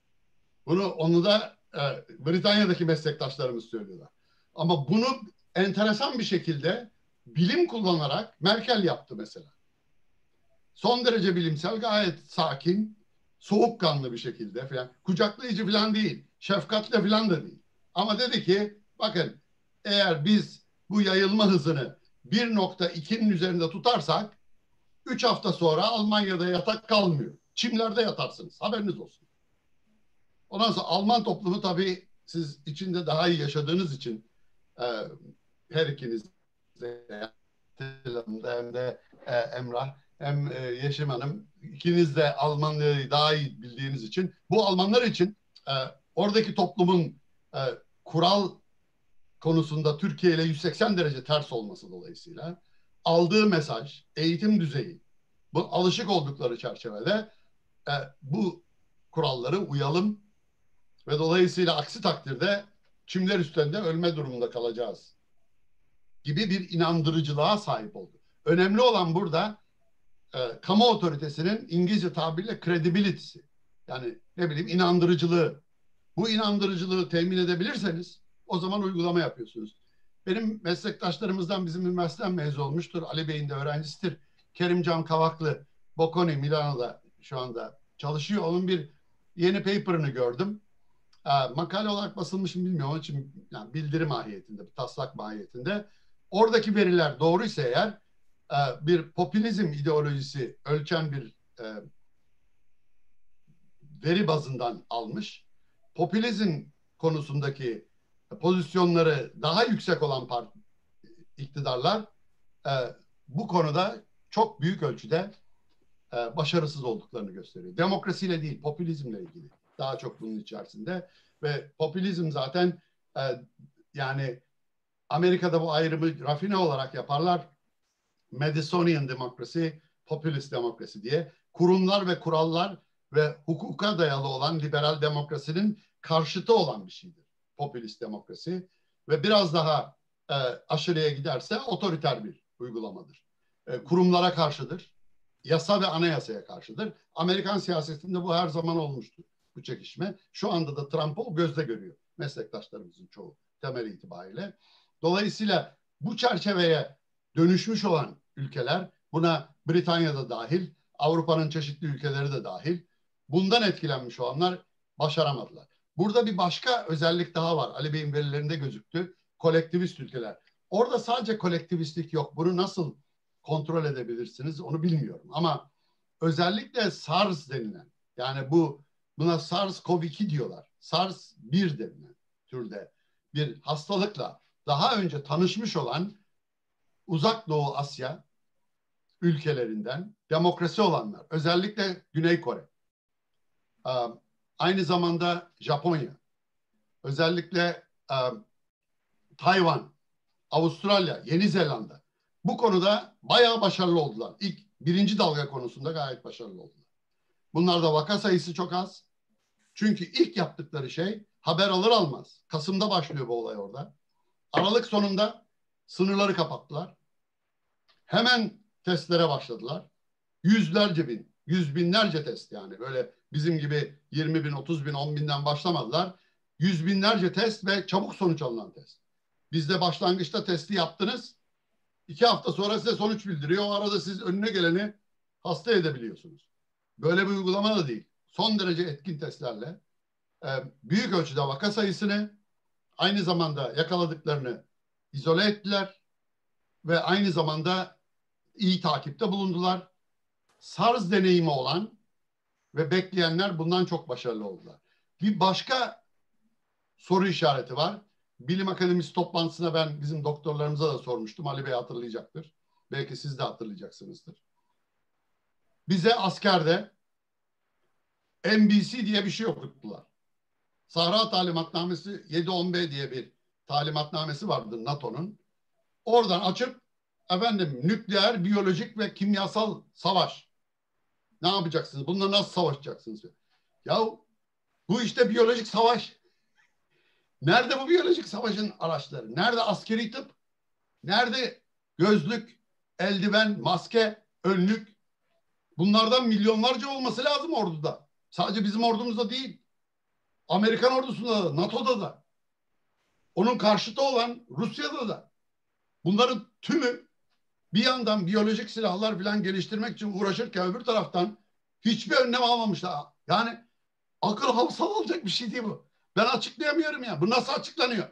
Onu da Britanya'daki meslektaşlarımız söylüyorlar. Ama bunu enteresan bir şekilde bilim kullanarak Merkel yaptı mesela. Son derece bilimsel, gayet sakin, soğukkanlı bir şekilde falan. Kucaklayıcı falan değil, şefkatle falan da değil. Ama dedi ki bakın, eğer biz bu yayılma hızını 1.2'nin üzerinde tutarsak 3 hafta sonra Almanya'da yatak kalmıyor. Çimlerde yatarsınız. Haberiniz olsun. Ondan sonra Alman toplumu, tabii siz içinde daha iyi yaşadığınız için her ikiniz de hem de Emrah hem Yeşim Hanım, ikiniz de Almanları daha iyi bildiğiniz için, bu Almanlar için oradaki toplumun kural konusunda Türkiye ile 180 derece ters olması dolayısıyla aldığı mesaj, eğitim düzeyi, bu alışık oldukları çerçevede bu kuralları uyalım ve dolayısıyla aksi takdirde çimler üstünde ölme durumunda kalacağız gibi bir inandırıcılığa sahip oldu. Önemli olan burada kamu otoritesinin İngilizce tabirle credibility'si. Yani ne bileyim, inandırıcılığı. Bu inandırıcılığı temin edebilirseniz o zaman uygulama yapıyorsunuz. Benim meslektaşlarımızdan, bizim üniversiteden mezun olmuştur. Ali Bey'in de öğrencisidir. Kerimcan Kavaklı, Bocconi, Milano'da şu anda çalışıyor. Onun bir yeni paper'ını gördüm. Makale olarak basılmış mı bilmiyorum. Onun için yani bildiri mahiyetinde, taslak mahiyetinde. Oradaki veriler doğruysa eğer bir popülizm ideolojisi ölçen bir veri bazından almış. Popülizm konusundaki pozisyonları daha yüksek olan iktidarlar bu konuda çok büyük ölçüde başarısız olduklarını gösteriyor. Demokrasiyle değil, popülizmle ilgili. Daha çok bunun içerisinde. Ve popülizm zaten yani Amerika'da bu ayrımı rafine olarak yaparlar. Madisonian demokrasi, popülist demokrasi diye. Kurumlar ve kurallar ve hukuka dayalı olan liberal demokrasinin karşıtı olan bir şeydir popülist demokrasi. Ve biraz daha aşırıya giderse otoriter bir uygulamadır. Kurumlara karşıdır. Yasa ve anayasaya karşıdır. Amerikan siyasetinde bu her zaman olmuştur, bu çekişme. Şu anda da Trump'ı o gözle görüyor meslektaşlarımızın çoğu temel itibariyle. Dolayısıyla bu çerçeveye dönüşmüş olan ülkeler, buna Britanya'da dahil, Avrupa'nın çeşitli ülkeleri de dahil, bundan etkilenmiş olanlar başaramadılar. Burada bir başka özellik daha var. Ali Bey'in verilerinde gözüktü. Kolektivist ülkeler. Orada sadece kolektivistlik yok. Bunu nasıl kontrol edebilirsiniz onu bilmiyorum. Ama özellikle SARS denilen, yani buna SARS-CoV-2 diyorlar. SARS-1 denilen türde bir hastalıkla daha önce tanışmış olan Uzak Doğu Asya ülkelerinden demokrasi olanlar, özellikle Güney Kore, aynı zamanda Japonya, özellikle Tayvan, Avustralya, Yeni Zelanda bu konuda bayağı başarılı oldular. İlk birinci dalga konusunda gayet başarılı oldular. Bunlarda vaka sayısı çok az. Çünkü ilk yaptıkları şey haber alır almaz. Kasım'da başlıyor bu olay orada. Aralık sonunda sınırları kapattılar. Hemen testlere başladılar. Yüzlerce bin, yüz binlerce test yani. Böyle bizim gibi 20 bin, 30 bin, 10 binden başlamadılar. Yüz binlerce test ve çabuk sonuç alınan test. Bizde başlangıçta testi yaptınız. 2 hafta sonra size sonuç bildiriyor. O arada siz önüne geleni hasta edebiliyorsunuz. Böyle bir uygulama da değil. Son derece etkin testlerle büyük ölçüde vaka sayısını, aynı zamanda yakaladıklarını izole ettiler ve aynı zamanda iyi takipte bulundular. SARS deneyimi olan ve bekleyenler bundan çok başarılı oldular. Bir başka soru işareti var. Bilim Akademisi toplantısına ben bizim doktorlarımıza da sormuştum. Ali Bey hatırlayacaktır. Belki siz de hatırlayacaksınızdır. Bize askerde NBC diye bir şey okuttular. Sahra Talimatnamesi 7-10B diye bir talimatnamesi vardı NATO'nun. Oradan açıp efendim nükleer, biyolojik ve kimyasal savaş. Ne yapacaksınız? Bununla nasıl savaşacaksınız? Ya bu işte biyolojik savaş. Nerede bu biyolojik savaşın araçları? Nerede askeri tıp? Nerede gözlük, eldiven, maske, önlük? Bunlardan milyonlarca olması lazım orduda. Sadece bizim ordumuzda değil. Amerikan ordusunda da, NATO'da da. Onun karşıtı olan Rusya'da da. Bunların tümü bir yandan biyolojik silahlar falan geliştirmek için uğraşırken öbür taraftan hiçbir önlem almamışlar. Yani akıl hafsal olacak bir şey değil bu. Ben açıklayamıyorum ya. Bu nasıl açıklanıyor?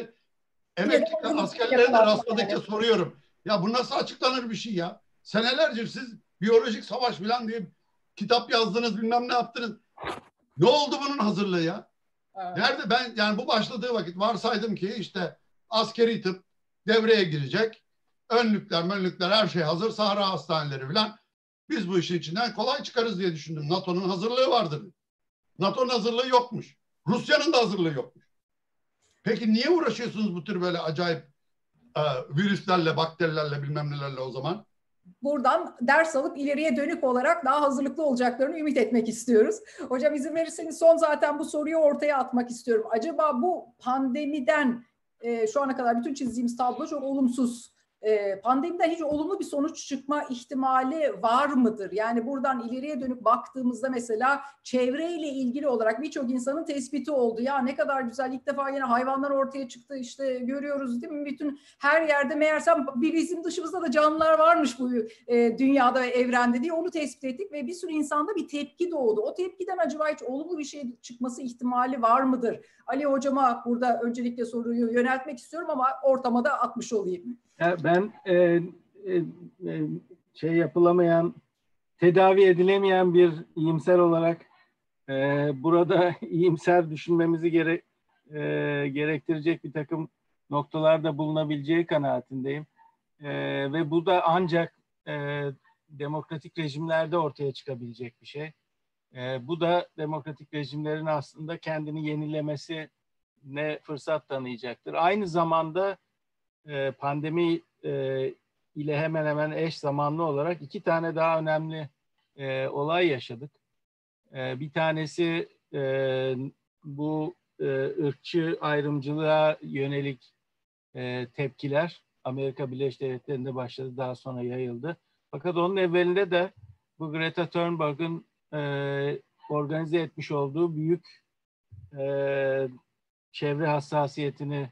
Askerlere de rastladıkça soruyorum. Ya bu nasıl açıklanır bir şey ya? Senelerce siz biyolojik savaş falan diye kitap yazdınız, bilmem ne yaptınız. Ne oldu bunun hazırlığı ya? Evet. Nerede ben yani bu başladığı vakit varsaydım ki işte askeri tıp devreye girecek. Önlükler her şey hazır. Sahra hastaneleri falan. Biz bu işin içinden kolay çıkarız diye düşündüm. NATO'nun hazırlığı vardır. NATO'nun hazırlığı yokmuş. Rusya'nın da hazırlığı yokmuş. Peki niye uğraşıyorsunuz bu tür böyle acayip virüslerle, bakterilerle, bilmem nelerle o zaman? Buradan ders alıp ileriye dönük olarak daha hazırlıklı olacaklarını ümit etmek istiyoruz. Hocam izin verirseniz son zaten bu soruyu ortaya atmak istiyorum. Acaba bu pandemiden şu ana kadar bütün çizdiğimiz tablo çok olumsuz. Pandemiden hiç olumlu bir sonuç çıkma ihtimali var mıdır? Yani buradan ileriye dönüp baktığımızda mesela çevreyle ilgili olarak birçok insanın tespiti oldu. Ya ne kadar güzel, ilk defa yine hayvanlar ortaya çıktı, işte görüyoruz değil mi? Bütün her yerde meğersem bizim dışımızda da canlılar varmış bu dünyada ve evrende diye onu tespit ettik ve bir sürü insanda bir tepki doğdu. O tepkiden acaba hiç olumlu bir şey çıkması ihtimali var mıdır? Ali hocama burada öncelikle soruyu yöneltmek istiyorum ama ortama da atmış olayım. Ben yapılamayan, tedavi edilemeyen bir iyimser olarak burada iyimser düşünmemizi gerektirecek bir takım noktalarda bulunabileceği kanaatindeyim. Ve bu da ancak demokratik rejimlerde ortaya çıkabilecek bir şey. Bu da demokratik rejimlerin aslında kendini yenilemesine fırsat tanıyacaktır. Aynı zamanda pandemi ile hemen hemen eş zamanlı olarak iki tane daha önemli olay yaşadık. Bir tanesi bu ırkçı ayrımcılığa yönelik tepkiler Amerika Birleşik Devletleri'nde başladı, daha sonra yayıldı. Fakat onun evvelinde de bu Greta Thunberg'ın organize etmiş olduğu büyük çevre hassasiyetini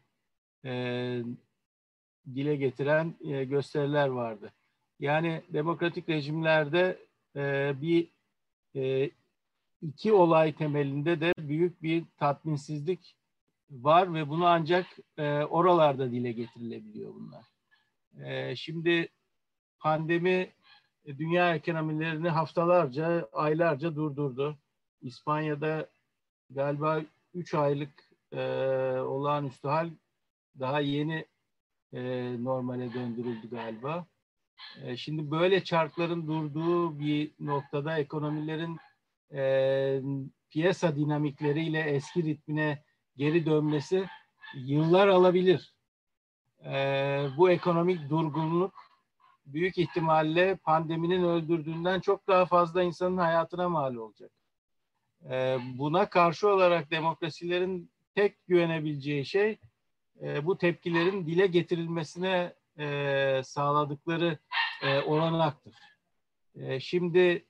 dile getiren gösteriler vardı. Yani demokratik rejimlerde iki olay temelinde de büyük bir tatminsizlik var ve bunu ancak oralarda dile getirilebiliyor bunlar. Şimdi pandemi dünya ekonomilerini haftalarca, aylarca durdurdu. İspanya'da galiba 3 aylık olağanüstü hal daha yeni normale döndürüldü galiba. Şimdi böyle çarkların durduğu bir noktada ekonomilerin piyasa dinamikleriyle eski ritmine geri dönmesi yıllar alabilir. Bu ekonomik durgunluk büyük ihtimalle pandeminin öldürdüğünden çok daha fazla insanın hayatına mal olacak. Buna karşı olarak demokrasilerin tek güvenebileceği şey bu tepkilerin dile getirilmesine sağladıkları olanaktır. Şimdi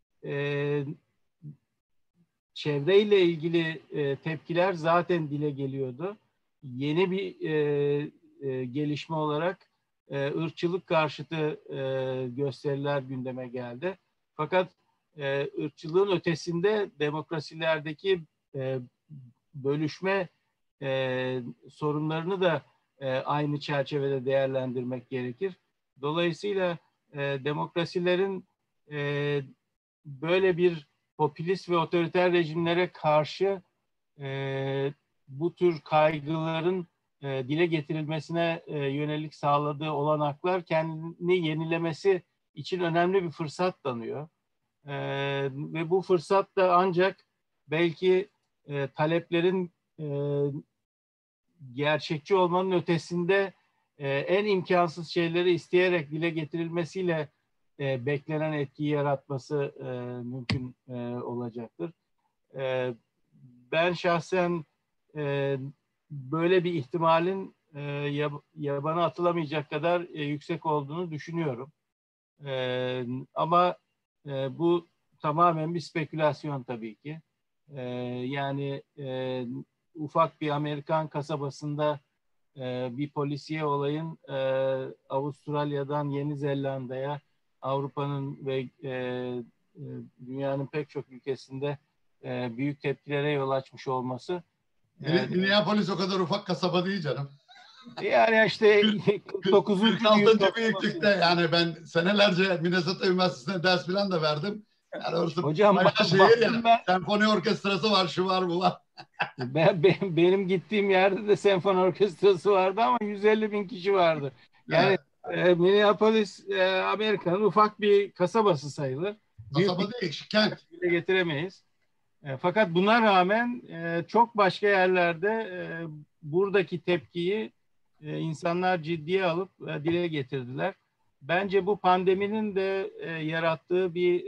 çevreyle ilgili tepkiler zaten dile geliyordu. Yeni bir gelişme olarak ırkçılık karşıtı gösteriler gündeme geldi. Fakat ırkçılığın ötesinde demokrasilerdeki bölüşme sorunlarını da aynı çerçevede değerlendirmek gerekir. Dolayısıyla demokrasilerin böyle bir popülist ve otoriter rejimlere karşı bu tür kaygıların dile getirilmesine yönelik sağladığı olanaklar kendini yenilemesi için önemli bir fırsat tanıyor. Ve bu fırsat da ancak belki taleplerin gerçekçi olmanın ötesinde en imkansız şeyleri isteyerek dile getirilmesiyle beklenen etkiyi yaratması mümkün olacaktır. Ben şahsen böyle bir ihtimalin yabana atılamayacak kadar yüksek olduğunu düşünüyorum. Ama bu tamamen bir spekülasyon tabii ki. Yani ufak bir Amerikan kasabasında bir polisiye olayın Avustralya'dan Yeni Zelanda'ya, Avrupa'nın ve dünyanın pek çok ülkesinde büyük tepkilere yol açmış olması. Minneapolis o kadar ufak kasaba değil canım. Yani işte 49. 46. büyüklükte, yani ben senelerce Minnesota Üniversitesi'nde ders falan da verdim. Yani orası hocam, şehir yani. Senfoni orkestrası var, şu var, bu var. Benim gittiğim yerde de senfoni orkestrası vardı ama 150.000 kişi vardı. Yani evet. Minneapolis Amerika'nın ufak bir kasabası sayılır. Kasaba değil, kent. Bile getiremeyiz. Fakat buna rağmen çok başka yerlerde buradaki tepkiyi insanlar ciddiye alıp dile getirdiler. Bence bu pandeminin de yarattığı bir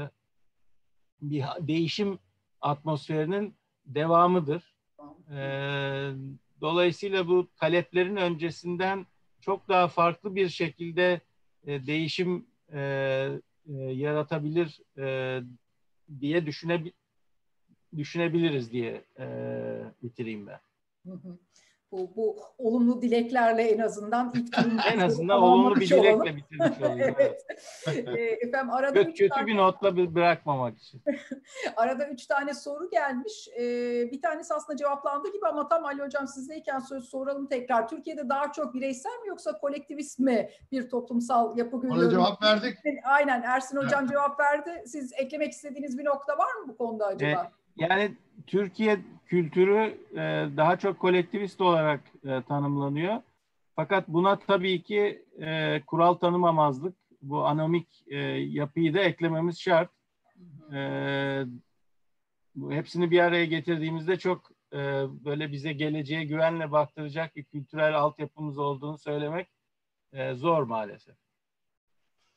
değişim atmosferinin devamıdır. Dolayısıyla bu taleplerin öncesinden çok daha farklı bir şekilde değişim yaratabilir diye düşünebiliriz diye bitireyim ben. Bu olumlu dileklerle en azından ilk turun en azından olumlu bir dilekle bitirmiş olayım. Evet. Efendim, arada kötü bir notla bırakmamak için. Arada 3 tane soru gelmiş. Bir tanesi aslında cevaplandı gibi ama tam Ali Hocam sizdeyken soralım tekrar. Türkiye'de daha çok bireysel mi yoksa kolektivist mi bir toplumsal yapı görüyoruz? Ona cevap verdik. Aynen, Ersin Hocam cevap verdi. Siz eklemek istediğiniz bir nokta var mı bu konuda acaba? Yani Türkiye kültürü daha çok kolektivist olarak tanımlanıyor. Fakat buna tabii ki kural tanımamazlık, bu anomik yapıyı da eklememiz şart. Hepsini bir araya getirdiğimizde çok böyle bize geleceğe güvenle baktıracak bir kültürel altyapımız olduğunu söylemek zor maalesef.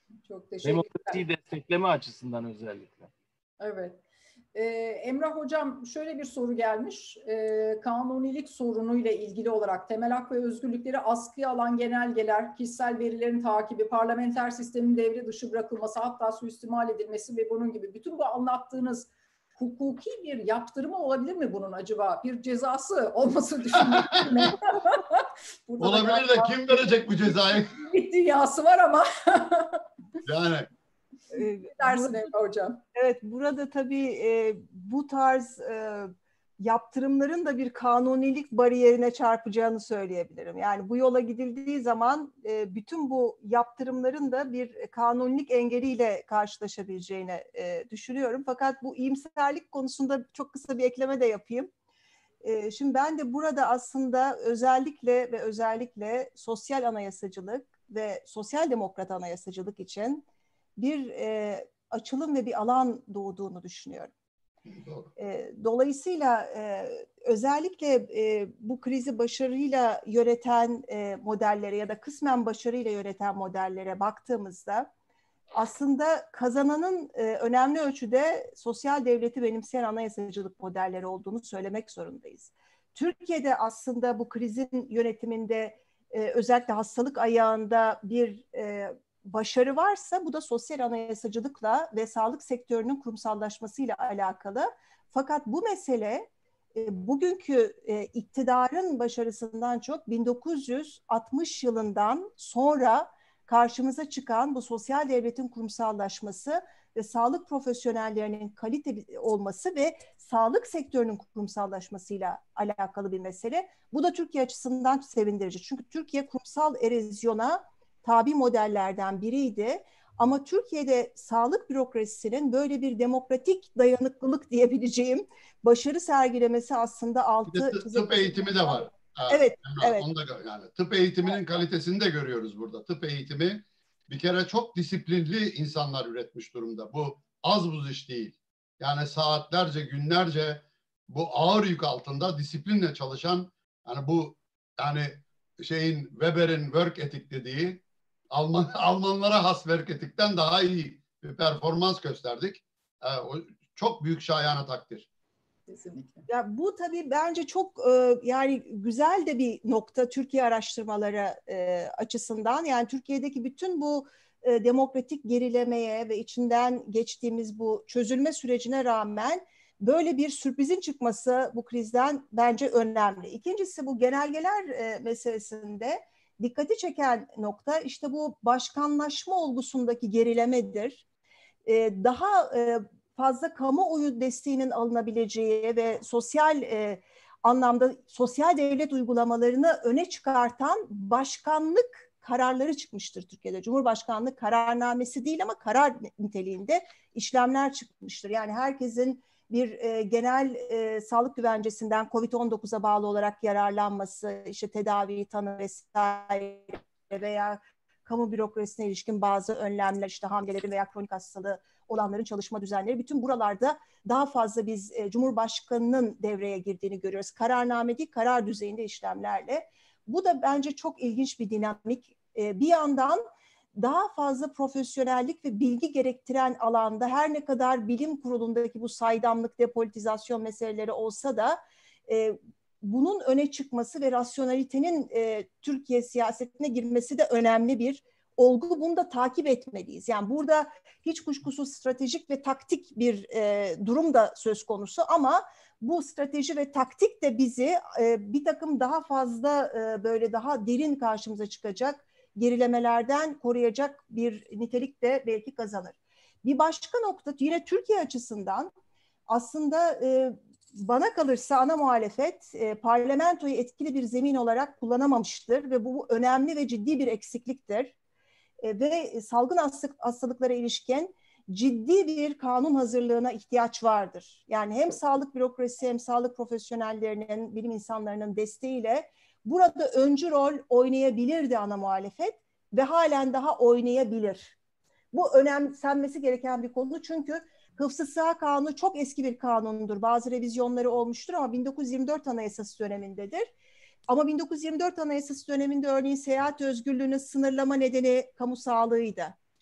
Çok teşekkürler. Demokrasiyi destekleme açısından özellikle. Evet. Emrah Hocam, şöyle bir soru gelmiş. Kanunilik sorunuyla ilgili olarak temel hak ve özgürlükleri askıya alan genelgeler, kişisel verilerin takibi, parlamenter sistemin devre dışı bırakılması, hatta suistimal edilmesi ve bunun gibi bütün bu anlattığınız hukuki bir yaptırımı olabilir mi bunun acaba? Bir cezası olması düşünülür mü? Olabilir de kim verecek bu cezayı? Bir dünyası var ama. Yani. Dersin Emrah Hocam. Evet, burada tabii bu tarz yaptırımların da bir kanunilik bariyerine çarpacağını söyleyebilirim. Yani bu yola gidildiği zaman bütün bu yaptırımların da bir kanunilik engeliyle karşılaşabileceğini düşünüyorum. Fakat bu iyimserlik konusunda çok kısa bir ekleme de yapayım. Şimdi ben de burada aslında özellikle sosyal anayasacılık ve sosyal demokrat anayasacılık için bir açılım ve bir alan doğduğunu düşünüyorum. Dolayısıyla özellikle bu krizi başarıyla yöneten modellere ya da kısmen başarıyla yöneten modellere baktığımızda aslında kazananın önemli ölçüde sosyal devleti benimseyen anayasacılık modelleri olduğunu söylemek zorundayız. Türkiye'de aslında bu krizin yönetiminde özellikle hastalık ayağında bir başarı varsa bu da sosyal anayasacılıkla ve sağlık sektörünün kurumsallaşmasıyla alakalı. Fakat bu mesele bugünkü iktidarın başarısından çok 1960 yılından sonra karşımıza çıkan bu sosyal devletin kurumsallaşması ve sağlık profesyonellerinin kalite olması ve sağlık sektörünün kurumsallaşmasıyla alakalı bir mesele. Bu da Türkiye açısından sevindirici. Çünkü Türkiye kurumsal erozyona tabi modellerden biriydi. Ama Türkiye'de sağlık bürokrasisinin böyle bir demokratik dayanıklılık diyebileceğim başarı sergilemesi aslında altı... Tıp eğitimi de var. Evet, evet. Onu da, yani tıp eğitiminin kalitesini de görüyoruz burada. Tıp eğitimi bir kere çok disiplinli insanlar üretmiş durumda. Bu az buz iş değil. Yani saatlerce, günlerce bu ağır yük altında disiplinle çalışan, yani bu Weber'in work ethic dediği Almanlara has work ethic'ten daha iyi bir performans gösterdik. O çok büyük şayana takdir. Kesinlikle. Ya bu tabii bence çok yani güzel de bir nokta Türkiye araştırmaları açısından. Yani Türkiye'deki bütün bu demokratik gerilemeye ve içinden geçtiğimiz bu çözülme sürecine rağmen böyle bir sürprizin çıkması bu krizden bence önemli. İkincisi, bu genelgeler meselesinde dikkati çeken nokta işte bu başkanlaşma olgusundaki gerilemedir. Daha fazla kamuoyu desteğinin alınabileceği ve sosyal anlamda sosyal devlet uygulamalarını öne çıkartan başkanlık kararları çıkmıştır Türkiye'de. Cumhurbaşkanlığı kararnamesi değil ama karar niteliğinde işlemler çıkmıştır. Yani herkesin bir genel sağlık güvencesinden COVID-19'a bağlı olarak yararlanması, işte tedavi, tanı vesaire veya kamu bürokrasisine ilişkin bazı önlemler, işte hamilelerin veya kronik hastalığı olanların çalışma düzenleri, bütün buralarda daha fazla biz Cumhurbaşkanı'nın devreye girdiğini görüyoruz. Kararname değil, karar düzeyinde işlemlerle. Bu da bence çok ilginç bir dinamik. Bir yandan daha fazla profesyonellik ve bilgi gerektiren alanda her ne kadar bilim kurulundaki bu saydamlık, depolitizasyon meseleleri olsa da bunun öne çıkması ve rasyonalitenin Türkiye siyasetine girmesi de önemli bir olgu. Bunu da takip etmeliyiz. Yani burada hiç kuşkusuz stratejik ve taktik bir durum da söz konusu ama bu strateji ve taktik de bizi bir takım daha fazla böyle daha derin karşımıza çıkacak gerilemelerden koruyacak bir nitelik de belki kazanır. Bir başka nokta yine Türkiye açısından aslında bana kalırsa ana muhalefet parlamentoyu etkili bir zemin olarak kullanamamıştır ve bu önemli ve ciddi bir eksikliktir. Ve salgın hastalıklara ilişkin ciddi bir kanun hazırlığına ihtiyaç vardır. Yani hem sağlık bürokrasisi hem sağlık profesyonellerinin, bilim insanlarının desteğiyle burada öncü rol oynayabilirdi ana muhalefet ve halen daha oynayabilir. Bu önemsenmesi gereken bir konu çünkü Hıfzı Sıha Kanunu çok eski bir kanundur. Bazı revizyonları olmuştur ama 1924 Anayasası dönemindedir. Ama 1924 Anayasası döneminde örneğin seyahat özgürlüğünü sınırlama nedeni kamu sağlığıydı.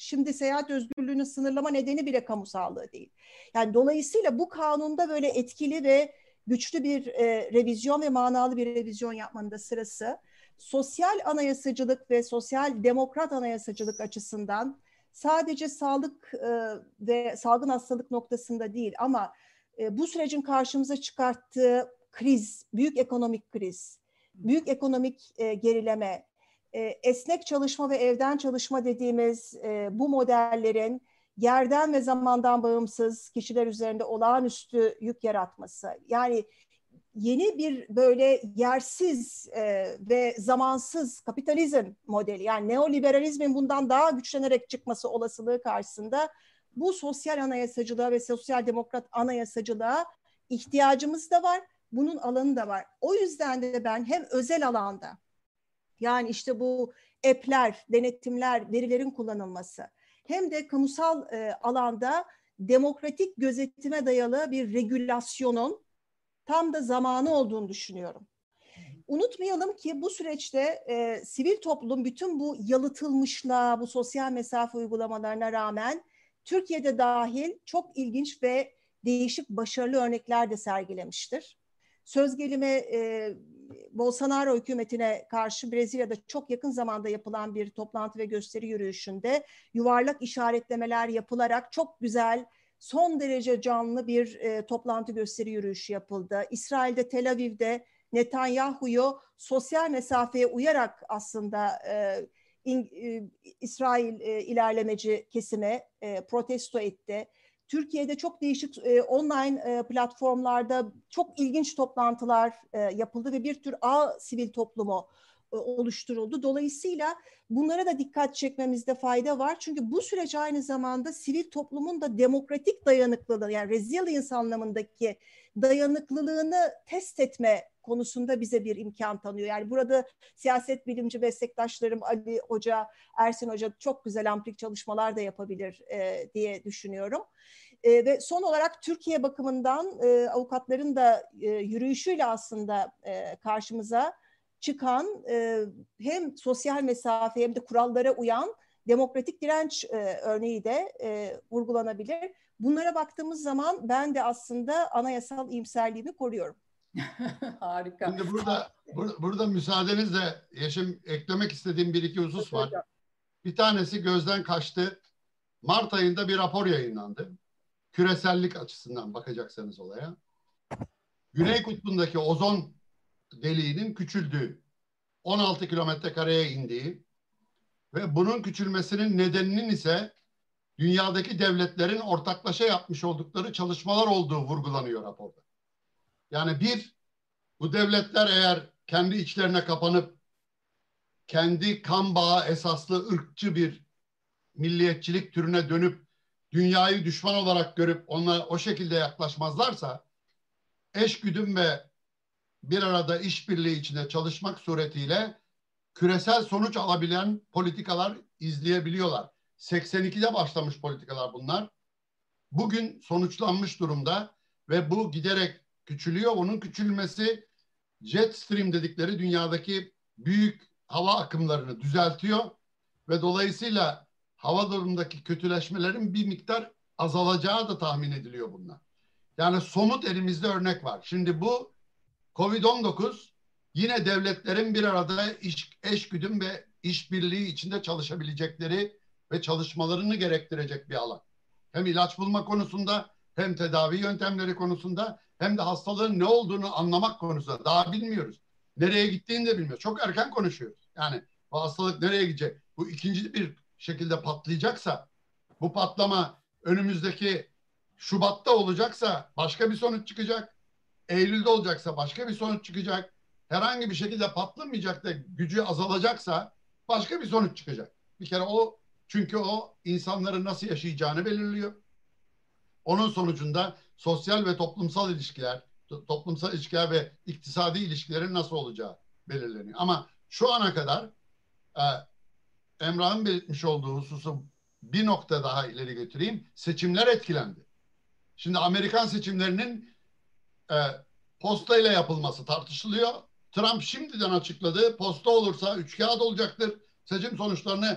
Şimdi seyahat özgürlüğünü sınırlama nedeni bile kamu sağlığı değil. Yani dolayısıyla bu kanunda böyle etkili ve güçlü bir revizyon ve manalı bir revizyon yapmanın da sırası. Sosyal anayasacılık ve sosyal demokrat anayasacılık açısından sadece sağlık ve salgın hastalık noktasında değil ama bu sürecin karşımıza çıkarttığı kriz, büyük ekonomik kriz, büyük ekonomik gerileme, esnek çalışma ve evden çalışma dediğimiz bu modellerin yerden ve zamandan bağımsız kişiler üzerinde olağanüstü yük yaratması. Yani yeni bir böyle yersiz ve zamansız kapitalizm modeli, yani neoliberalizmin bundan daha güçlenerek çıkması olasılığı karşısında bu sosyal anayasacılığa ve sosyal demokrat anayasacılığa ihtiyacımız da var. Bunun alanı da var. O yüzden de ben hem özel alanda, yani işte bu app'ler, denetimler, verilerin kullanılması, hem de kamusal alanda demokratik gözetime dayalı bir regülasyonun tam da zamanı olduğunu düşünüyorum. Unutmayalım ki bu süreçte sivil toplum bütün bu yalıtılmışlığa, bu sosyal mesafe uygulamalarına rağmen Türkiye'de dahil çok ilginç ve değişik başarılı örnekler de sergilemiştir. Söz gelimi Bolsonaro hükümetine karşı Brezilya'da çok yakın zamanda yapılan bir toplantı ve gösteri yürüyüşünde yuvarlak işaretlemeler yapılarak çok güzel, son derece canlı bir toplantı gösteri yürüyüşü yapıldı. İsrail'de, Tel Aviv'de Netanyahu'yu sosyal mesafeye uyarak aslında İsrail ilerlemeci kesime protesto etti. Türkiye'de çok değişik online platformlarda çok ilginç toplantılar yapıldı ve bir tür ağ sivil toplumu oluşturuldu. Dolayısıyla bunlara da dikkat çekmemizde fayda var. Çünkü bu süreç aynı zamanda sivil toplumun da demokratik dayanıklılığı, yani resilience anlamındaki dayanıklılığını test etme konusunda bize bir imkan tanıyor. Yani burada siyaset bilimci meslektaşlarım Ali Hoca, Ersin Hoca çok güzel amplik çalışmalar da yapabilir diye düşünüyorum. Ve son olarak Türkiye bakımından avukatların da yürüyüşüyle aslında karşımıza çıkan hem sosyal mesafe hem de kurallara uyan demokratik direnç örneği de vurgulanabilir. Bunlara baktığımız zaman ben de aslında anayasal iyimserliğimi koruyorum. Harika. Şimdi burada müsaadenizle Yeşim, eklemek istediğim bir iki husus var. Bir tanesi gözden kaçtı. Mart ayında bir rapor yayınlandı. Küresellik açısından bakacaksanız olaya. Güney kutbundaki ozon deliğinin küçüldüğü, 16 kilometre kareye indiği ve bunun küçülmesinin nedeninin ise dünyadaki devletlerin ortaklaşa yapmış oldukları çalışmalar olduğu vurgulanıyor raporda. Yani bu devletler eğer kendi içlerine kapanıp kendi kan bağı esaslı ırkçı bir milliyetçilik türüne dönüp dünyayı düşman olarak görüp ona o şekilde yaklaşmazlarsa eşgüdüm ve bir arada işbirliği içinde çalışmak suretiyle küresel sonuç alabilen politikalar izleyebiliyorlar. 82'de başlamış politikalar bunlar. Bugün sonuçlanmış durumda ve bu giderek küçülüyor. Onun küçülmesi jet stream dedikleri dünyadaki büyük hava akımlarını düzeltiyor ve dolayısıyla hava durumundaki kötüleşmelerin bir miktar azalacağı da tahmin ediliyor bunlar. Yani somut elimizde örnek var. Şimdi bu Covid-19 yine devletlerin bir arada eşgüdüm ve işbirliği içinde çalışabilecekleri ve çalışmalarını gerektirecek bir alan. Hem ilaç bulma konusunda hem tedavi yöntemleri konusunda hem de hastalığın ne olduğunu anlamak konusunda daha bilmiyoruz. Nereye gittiğini de bilmiyoruz. Çok erken konuşuyoruz. Yani bu hastalık nereye gidecek? Bu ikinci bir şekilde patlayacaksa, bu patlama önümüzdeki Şubat'ta olacaksa başka bir sonuç çıkacak. Eylül'de olacaksa başka bir sonuç çıkacak. Herhangi bir şekilde patlamayacak da gücü azalacaksa başka bir sonuç çıkacak. Bir kere çünkü o insanların nasıl yaşayacağını belirliyor. Onun sonucunda sosyal ve toplumsal ilişkiler ve iktisadi ilişkilerin nasıl olacağı belirleniyor. Ama şu ana kadar Emrah'ın belirtmiş olduğu hususu bir nokta daha ileri götüreyim. Seçimler etkilendi. Şimdi Amerikan seçimlerinin postayla yapılması tartışılıyor. Trump şimdiden açıkladı. Posta olursa 3 kağıt olacaktır. Seçim sonuçlarını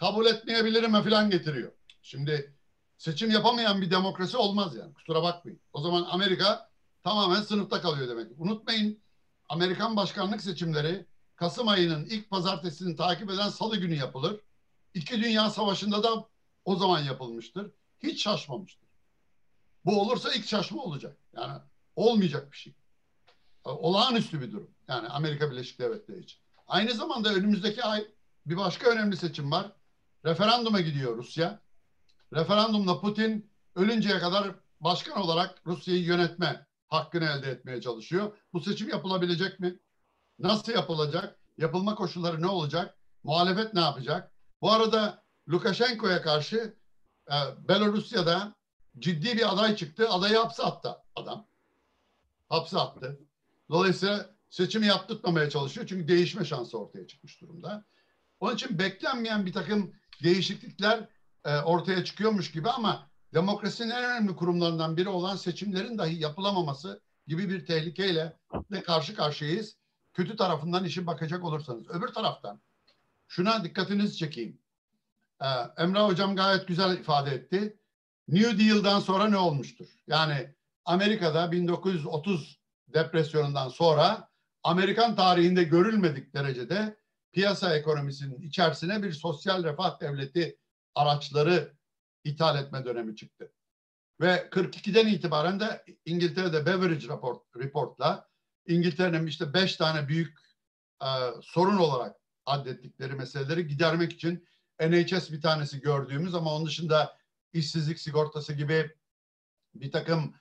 kabul etmeyebilirim falan getiriyor. Şimdi seçim yapamayan bir demokrasi olmaz yani. Kusura bakmayın. O zaman Amerika tamamen sınıfta kalıyor demek. Unutmayın, Amerikan başkanlık seçimleri Kasım ayının ilk pazartesini takip eden salı günü yapılır. İki Dünya Savaşı'nda da o zaman yapılmıştır. Hiç şaşmamıştır. Bu olursa ilk şaşma olacak. Yani olmayacak bir şey. Olağanüstü bir durum. Yani Amerika Birleşik Devletleri için. Aynı zamanda önümüzdeki ay bir başka önemli seçim var. Referanduma gidiyor Rusya. Referandumla Putin ölünceye kadar başkan olarak Rusya'yı yönetme hakkını elde etmeye çalışıyor. Bu seçim yapılabilecek mi? Nasıl yapılacak? Yapılma koşulları ne olacak? Muhalefet ne yapacak? Bu arada Lukashenko'ya karşı Belorusya'da ciddi bir aday çıktı. Adayı hapse attı adam. Hapse attı. Dolayısıyla seçimi yaptırtmamaya çalışıyor. Çünkü değişme şansı ortaya çıkmış durumda. Onun için beklenmeyen bir takım değişiklikler ortaya çıkıyormuş gibi ama demokrasinin en önemli kurumlarından biri olan seçimlerin dahi yapılamaması gibi bir tehlikeyle de karşı karşıyayız. Kötü tarafından işe bakacak olursanız. Öbür taraftan şuna dikkatinizi çekeyim. Emrah Hocam gayet güzel ifade etti. New Deal'dan sonra ne olmuştur? Yani Amerika'da 1930 depresyonundan sonra Amerikan tarihinde görülmedik derecede piyasa ekonomisinin içerisine bir sosyal refah devleti araçları ithal etme dönemi çıktı. Ve 42'den itibaren de İngiltere'de Beveridge Report'la İngiltere'nin işte 5 tane büyük sorun olarak addettikleri meseleleri gidermek için NHS bir tanesi gördüğümüz ama onun dışında işsizlik sigortası gibi bir takım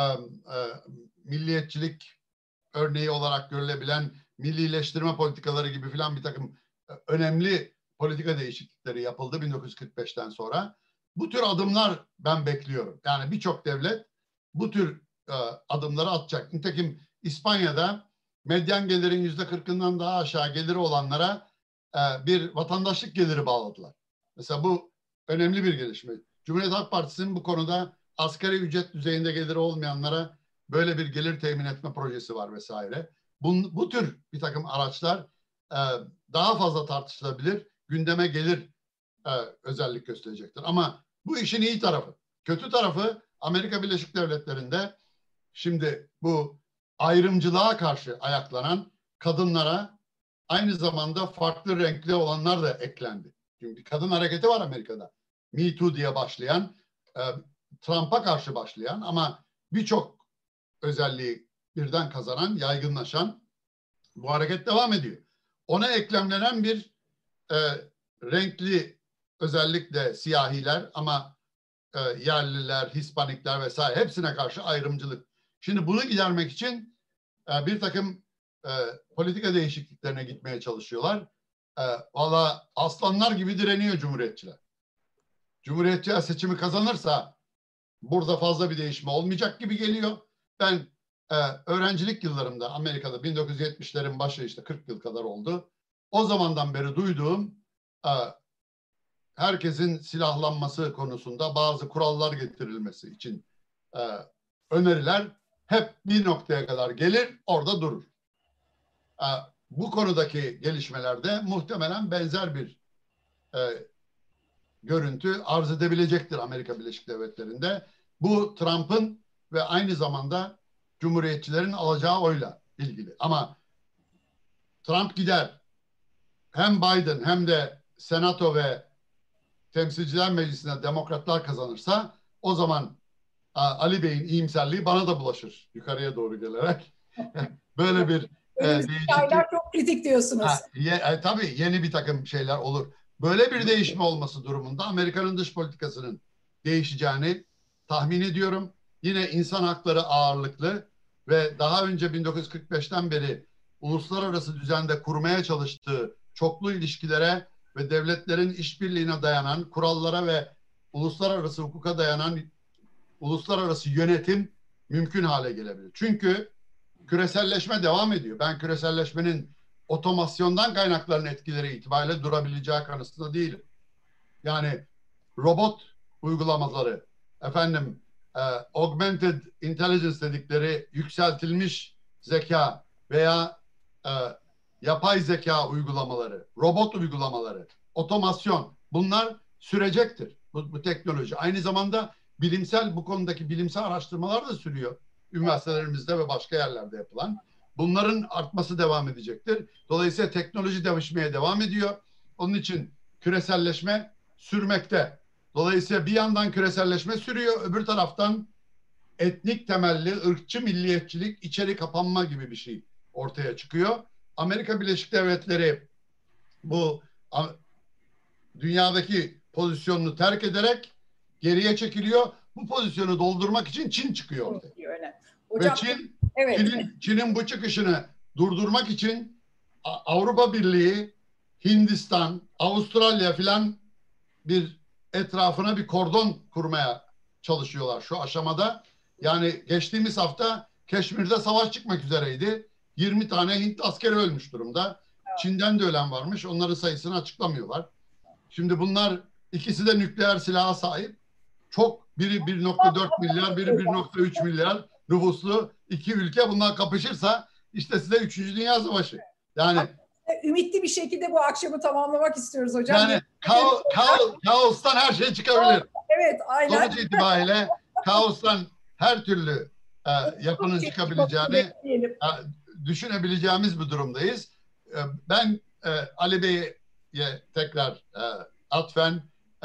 milliyetçilik örneği olarak görülebilen millileştirme politikaları gibi filan bir takım önemli politika değişiklikleri yapıldı 1945'ten sonra. Bu tür adımlar ben bekliyorum. Yani birçok devlet bu tür adımları atacak. Nitekim İspanya'da medyan gelirin %40'ından daha aşağı geliri olanlara bir vatandaşlık geliri bağladılar. Mesela bu önemli bir gelişme. Cumhuriyet Halk Partisi'nin bu konuda asgari ücret düzeyinde geliri olmayanlara böyle bir gelir temin etme projesi var vesaire. Bu tür bir takım araçlar daha fazla tartışılabilir, gündeme gelir özellik gösterecektir. Ama bu işin iyi tarafı. Kötü tarafı Amerika Birleşik Devletleri'nde şimdi bu ayrımcılığa karşı ayaklanan kadınlara aynı zamanda farklı renkli olanlar da eklendi. Çünkü bir kadın hareketi var Amerika'da. Me Too diye başlayan, Trump'a karşı başlayan ama birçok özelliği birden kazanan, yaygınlaşan bu hareket devam ediyor. Ona eklemlenen bir renkli, özellikle siyahiler ama yerliler, Hispanikler vesaire hepsine karşı ayrımcılık. Şimdi bunu gidermek için bir takım politika değişikliklerine gitmeye çalışıyorlar. Valla aslanlar gibi direniyor Cumhuriyetçiler. Cumhuriyetçiler seçimi kazanırsa burada fazla bir değişme olmayacak gibi geliyor. Ben öğrencilik yıllarımda Amerika'da 1970'lerin başı işte 40 yıl kadar oldu. O zamandan beri duyduğum herkesin silahlanması konusunda bazı kurallar getirilmesi için öneriler hep bir noktaya kadar gelir, orada durur. Bu konudaki gelişmelerde muhtemelen benzer bir görüntü arz edebilecektir Amerika Birleşik Devletleri'nde. Bu Trump'ın ve aynı zamanda Cumhuriyetçilerin alacağı oyla ilgili. Ama Trump gider, hem Biden hem de Senato ve Temsilciler Meclisi'ne demokratlar kazanırsa o zaman Ali Bey'in iyimserliği bana da bulaşır yukarıya doğru gelerek. Böyle bir değişiklik. Çok kritik diyorsunuz. Tabii yeni bir takım şeyler olur. Böyle bir değişme olması durumunda Amerika'nın dış politikasının değişeceğini tahmin ediyorum. Yine insan hakları ağırlıklı ve daha önce 1945'ten beri uluslararası düzende kurmaya çalıştığı çoklu ilişkilere ve devletlerin işbirliğine dayanan kurallara ve uluslararası hukuka dayanan uluslararası yönetim mümkün hale gelebilir. Çünkü küreselleşme devam ediyor. Ben küreselleşmenin otomasyondan kaynaklanan etkileri itibariyle durabileceği kanısında değilim. Yani robot uygulamaları, augmented intelligence dedikleri yükseltilmiş zeka veya yapay zeka uygulamaları, robot uygulamaları, otomasyon, bunlar sürecektir. Bu teknoloji. Aynı zamanda bu konudaki bilimsel araştırmalar da sürüyor. Üniversitelerimizde ve başka yerlerde yapılan. Bunların artması devam edecektir. Dolayısıyla teknoloji değişmeye devam ediyor. Onun için küreselleşme sürmekte. Dolayısıyla bir yandan küreselleşme sürüyor, öbür taraftan etnik temelli, ırkçı milliyetçilik, içeri kapanma gibi bir şey ortaya çıkıyor. Amerika Birleşik Devletleri bu dünyadaki pozisyonunu terk ederek geriye çekiliyor. Bu pozisyonu doldurmak için Çin çıkıyor ortaya. Öyle. Hocam, ve Çin, evet. Çin'in bu çıkışını durdurmak için Avrupa Birliği, Hindistan, Avustralya filan bir etrafına bir kordon kurmaya çalışıyorlar şu aşamada. Yani geçtiğimiz hafta Keşmir'de savaş çıkmak üzereydi. 20 tane Hint askeri ölmüş durumda. Evet. Çin'den de ölen varmış. Onların sayısını açıklamıyorlar. Şimdi bunlar ikisi de nükleer silaha sahip. Çok, biri 1.4 milyar, biri 1.3 milyar nüfuslu iki ülke, bunlar kapışırsa işte size 3. Dünya Savaşı. Yani ümitli bir şekilde bu akşamı tamamlamak istiyoruz hocam. Yani kaostan her şey çıkabilir. Evet, aynen. Sonuç itibariyle kaostan her türlü yapının çıkabileceğini düşünebileceğimiz bir durumdayız. Ben Ali Bey'e tekrar atfen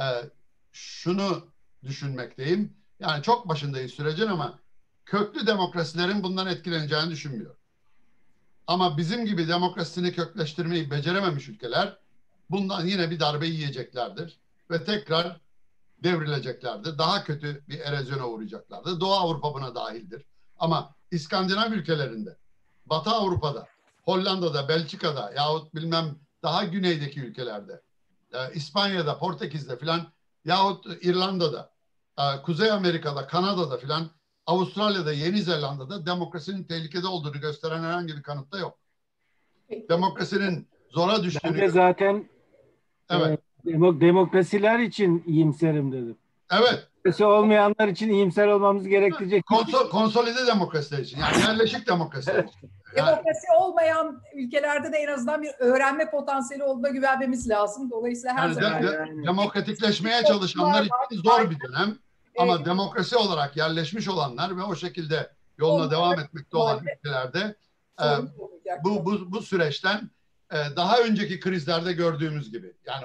şunu düşünmekteyim. Yani çok başındayız sürecin ama köklü demokrasilerin bundan etkileneceğini düşünmüyorum. Ama bizim gibi demokrasisini kökleştirmeyi becerememiş ülkeler bundan yine bir darbe yiyeceklerdir ve tekrar devrileceklerdir. Daha kötü bir erozyona uğrayacaklardır. Doğu Avrupa buna dahildir. Ama İskandinav ülkelerinde, Batı Avrupa'da, Hollanda'da, Belçika'da yahut bilmem daha güneydeki ülkelerde, İspanya'da, Portekiz'de filan yahut İrlanda'da, Kuzey Amerika'da, Kanada'da filan, Avustralya'da, Yeni Zelanda'da demokrasinin tehlikede olduğunu gösteren herhangi bir kanıt da yok. Demokrasinin zora düştüğünü... Ben de zaten evet. Demokrasiler için iyimserim dedim. Evet. Demokrasi olmayanlar için iyimser olmamız gerektirecek. Konsolide demokrasiler için. Yani yerleşik demokrasiler için. Demokrasi olmayan ülkelerde de en azından bir öğrenme potansiyeli olduğuna güvenmemiz lazım. Dolayısıyla her zaman... Demokratikleşmeye çalışanlar için zor bir dönem. Ama demokrasi olarak yerleşmiş olanlar ve o şekilde yoluna devam etmekte olan ülkelerde bu süreçten daha önceki krizlerde gördüğümüz gibi, yani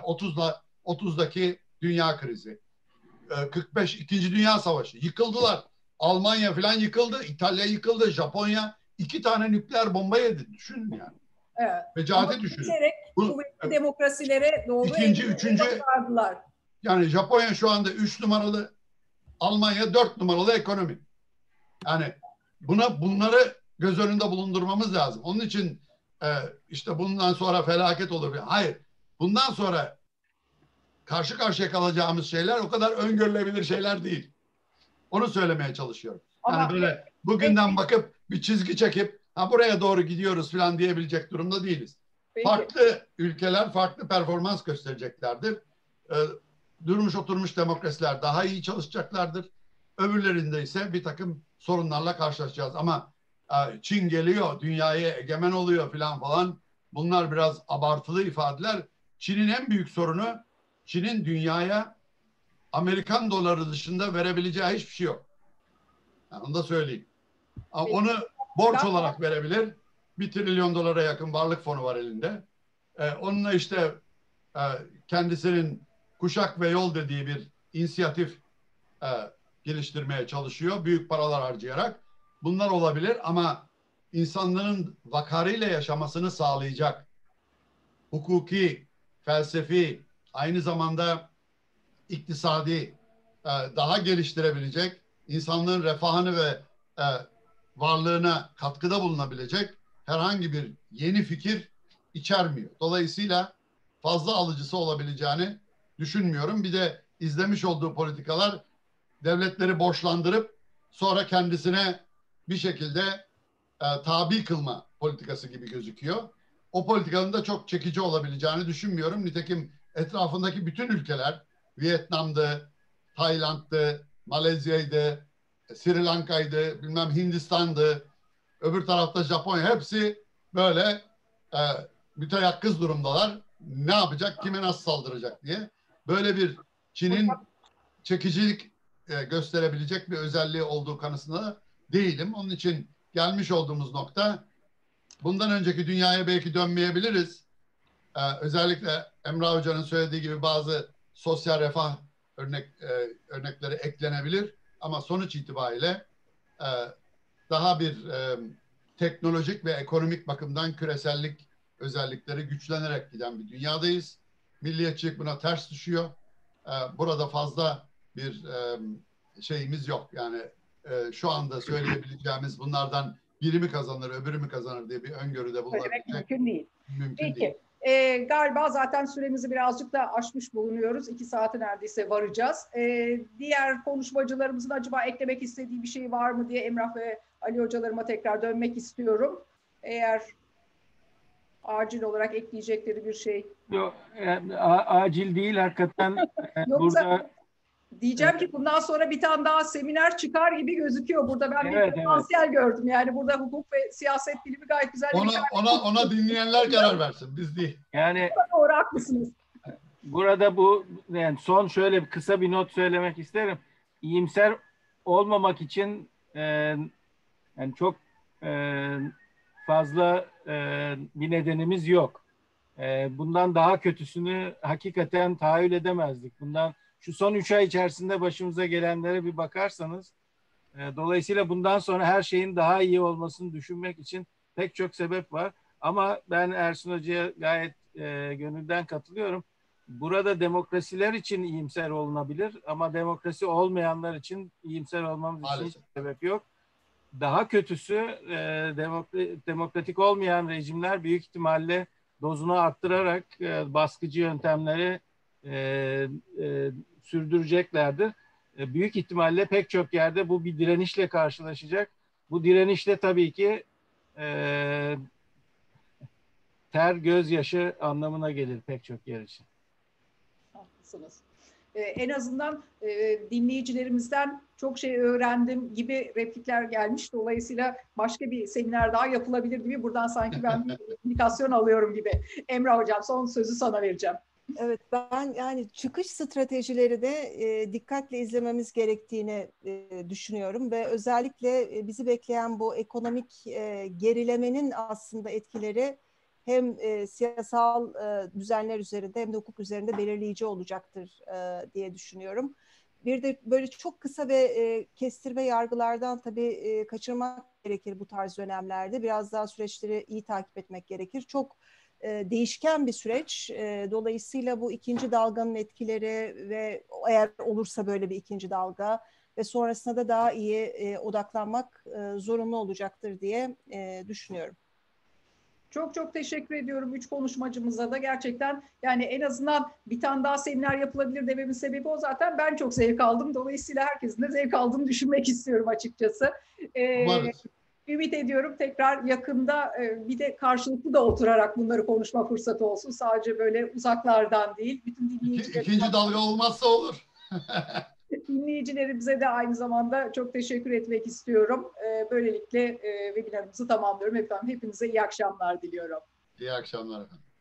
30'daki dünya krizi, 45 İkinci Dünya Savaşı, yıkıldılar. Almanya falan yıkıldı, İtalya yıkıldı, Japonya 2 tane nükleer bomba yedi. Düşünün yani. Evet. Fecaati düşünün. Kuvvetli demokrasilere doğru üçüncü yani Japonya şu anda 3 numaralı, Almanya 4 numaralı ekonomi. Yani bunları göz önünde bulundurmamız lazım. Onun için işte bundan sonra felaket olur. Hayır. Bundan sonra karşı karşıya kalacağımız şeyler o kadar öngörülebilir şeyler değil. Onu söylemeye çalışıyorum. Yani böyle bugünden bakıp bir çizgi çekip buraya doğru gidiyoruz falan diyebilecek durumda değiliz. Peki. Farklı ülkeler farklı performans göstereceklerdir. Durmuş oturmuş demokrasiler daha iyi çalışacaklardır. Öbürlerinde ise bir takım sorunlarla karşılaşacağız. Ama Çin geliyor, dünyaya egemen oluyor falan. Bunlar biraz abartılı ifadeler. Çin'in en büyük sorunu, Çin'in dünyaya Amerikan doları dışında verebileceği hiçbir şey yok. Yani onu da söyleyeyim. Onu borç olarak verebilir. 1 trilyon dolara yakın varlık fonu var elinde. Onunla işte kendisinin kuşak ve yol dediği bir inisiyatif geliştirmeye çalışıyor. Büyük paralar harcayarak. Bunlar olabilir ama insanların vakarıyla yaşamasını sağlayacak, hukuki, felsefi, aynı zamanda iktisadi daha geliştirebilecek, insanlığın refahını ve varlığına katkıda bulunabilecek herhangi bir yeni fikir içermiyor. Dolayısıyla fazla alıcısı olabileceğini düşünmüyorum. Bir de izlemiş olduğu politikalar devletleri borçlandırıp sonra kendisine bir şekilde tabi kılma politikası gibi gözüküyor. O politikanın da çok çekici olabileceğini düşünmüyorum. Nitekim etrafındaki bütün ülkeler, Vietnam'dı, Tayland'dı, Malezya'ydı, Sri Lanka'ydı, bilmem Hindistan'dı, öbür tarafta Japonya, hepsi böyle müteyakkız durumdalar. Ne yapacak, kime nasıl saldıracak diye. böyle bir Çin'in çekicilik gösterebilecek bir özelliği olduğu kanısında değilim. Onun için gelmiş olduğumuz nokta, bundan önceki dünyaya belki dönmeyebiliriz. Özellikle Emrah Hoca'nın söylediği gibi bazı sosyal refah örnekleri eklenebilir. Ama sonuç itibariyle daha bir teknolojik ve ekonomik bakımdan küresellik özellikleri güçlenerek giden bir dünyadayız. Milliyetçilik buna ters düşüyor. Burada fazla bir şeyimiz yok. Yani şu anda söyleyebileceğimiz bunlardan biri mi kazanır, öbürü mü kazanır diye bir öngörüde bulunabilecek mümkün değil. Mümkün Peki. değil. Galiba zaten süremizi birazcık da aşmış bulunuyoruz. 2 saate neredeyse varacağız. Diğer konuşmacılarımızın acaba eklemek istediği bir şey var mı diye Emrah ve Ali hocalarıma tekrar dönmek istiyorum. Eğer acil olarak ekleyecekleri bir şey. Yok, acil değil hakikaten. Yoksa Burada diyeceğim ki bundan sonra bir tane daha seminer çıkar gibi gözüküyor. Burada ben Evet, bir potansiyel gördüm. Yani burada hukuk ve siyaset bilimi gayet güzel. Ona dinleyenler karar versin, biz değil. yani Doğru, haklısınız. burada yani son şöyle kısa bir not söylemek isterim. İyimser olmamak için yani çok fazla bir nedenimiz yok. Bundan daha kötüsünü hakikaten tahayyül edemezdik. Şu son 3 ay içerisinde başımıza gelenlere bir bakarsanız, dolayısıyla bundan sonra her şeyin daha iyi olmasını düşünmek için pek çok sebep var. Ama ben Ersin Hoca'ya gayet gönülden katılıyorum. Burada demokrasiler için iyimser olunabilir ama demokrasi olmayanlar için iyimser olmamız için hiç sebep yok. Daha kötüsü demokratik olmayan rejimler büyük ihtimalle dozunu arttırarak baskıcı yöntemleri sürdüreceklerdir. Büyük ihtimalle pek çok yerde bu bir direnişle karşılaşacak. Bu direnişle tabii ki ter, gözyaşı anlamına gelir pek çok yer için. Haklısınız. En azından dinleyicilerimizden çok şey öğrendim gibi replikler gelmiş. Dolayısıyla başka bir seminer daha yapılabilir gibi. Buradan sanki ben bir indikasyon alıyorum gibi. Emrah Hocam, son sözü sana vereceğim. Evet, ben yani çıkış stratejileri de dikkatle izlememiz gerektiğini düşünüyorum ve özellikle bizi bekleyen bu ekonomik gerilemenin aslında etkileri hem siyasal düzenler üzerinde hem de hukuk üzerinde belirleyici olacaktır diye düşünüyorum. Bir de böyle çok kısa ve kestirme yargılardan tabii kaçırmak gerekir bu tarz dönemlerde. Biraz daha süreçleri iyi takip etmek gerekir. Çok değişken bir süreç. Dolayısıyla bu ikinci dalganın etkileri ve eğer olursa böyle bir ikinci dalga ve sonrasında da daha iyi odaklanmak zorunlu olacaktır diye düşünüyorum. Çok çok teşekkür ediyorum 3 konuşmacımıza da. Gerçekten yani en azından bir tane daha seminer yapılabilir dememin sebebi o zaten. Ben çok zevk aldım. Dolayısıyla herkesin de zevk aldığını düşünmek istiyorum açıkçası. Ümit ediyorum tekrar yakında bir de karşılıklı da oturarak bunları konuşma fırsatı olsun. Sadece böyle uzaklardan değil. Bütün İkinci dalga olmazsa olur. Dinleyicilerimize de aynı zamanda çok teşekkür etmek istiyorum. Böylelikle webinarımızı tamamlıyorum. Efendim hepinize iyi akşamlar diliyorum. İyi akşamlar efendim.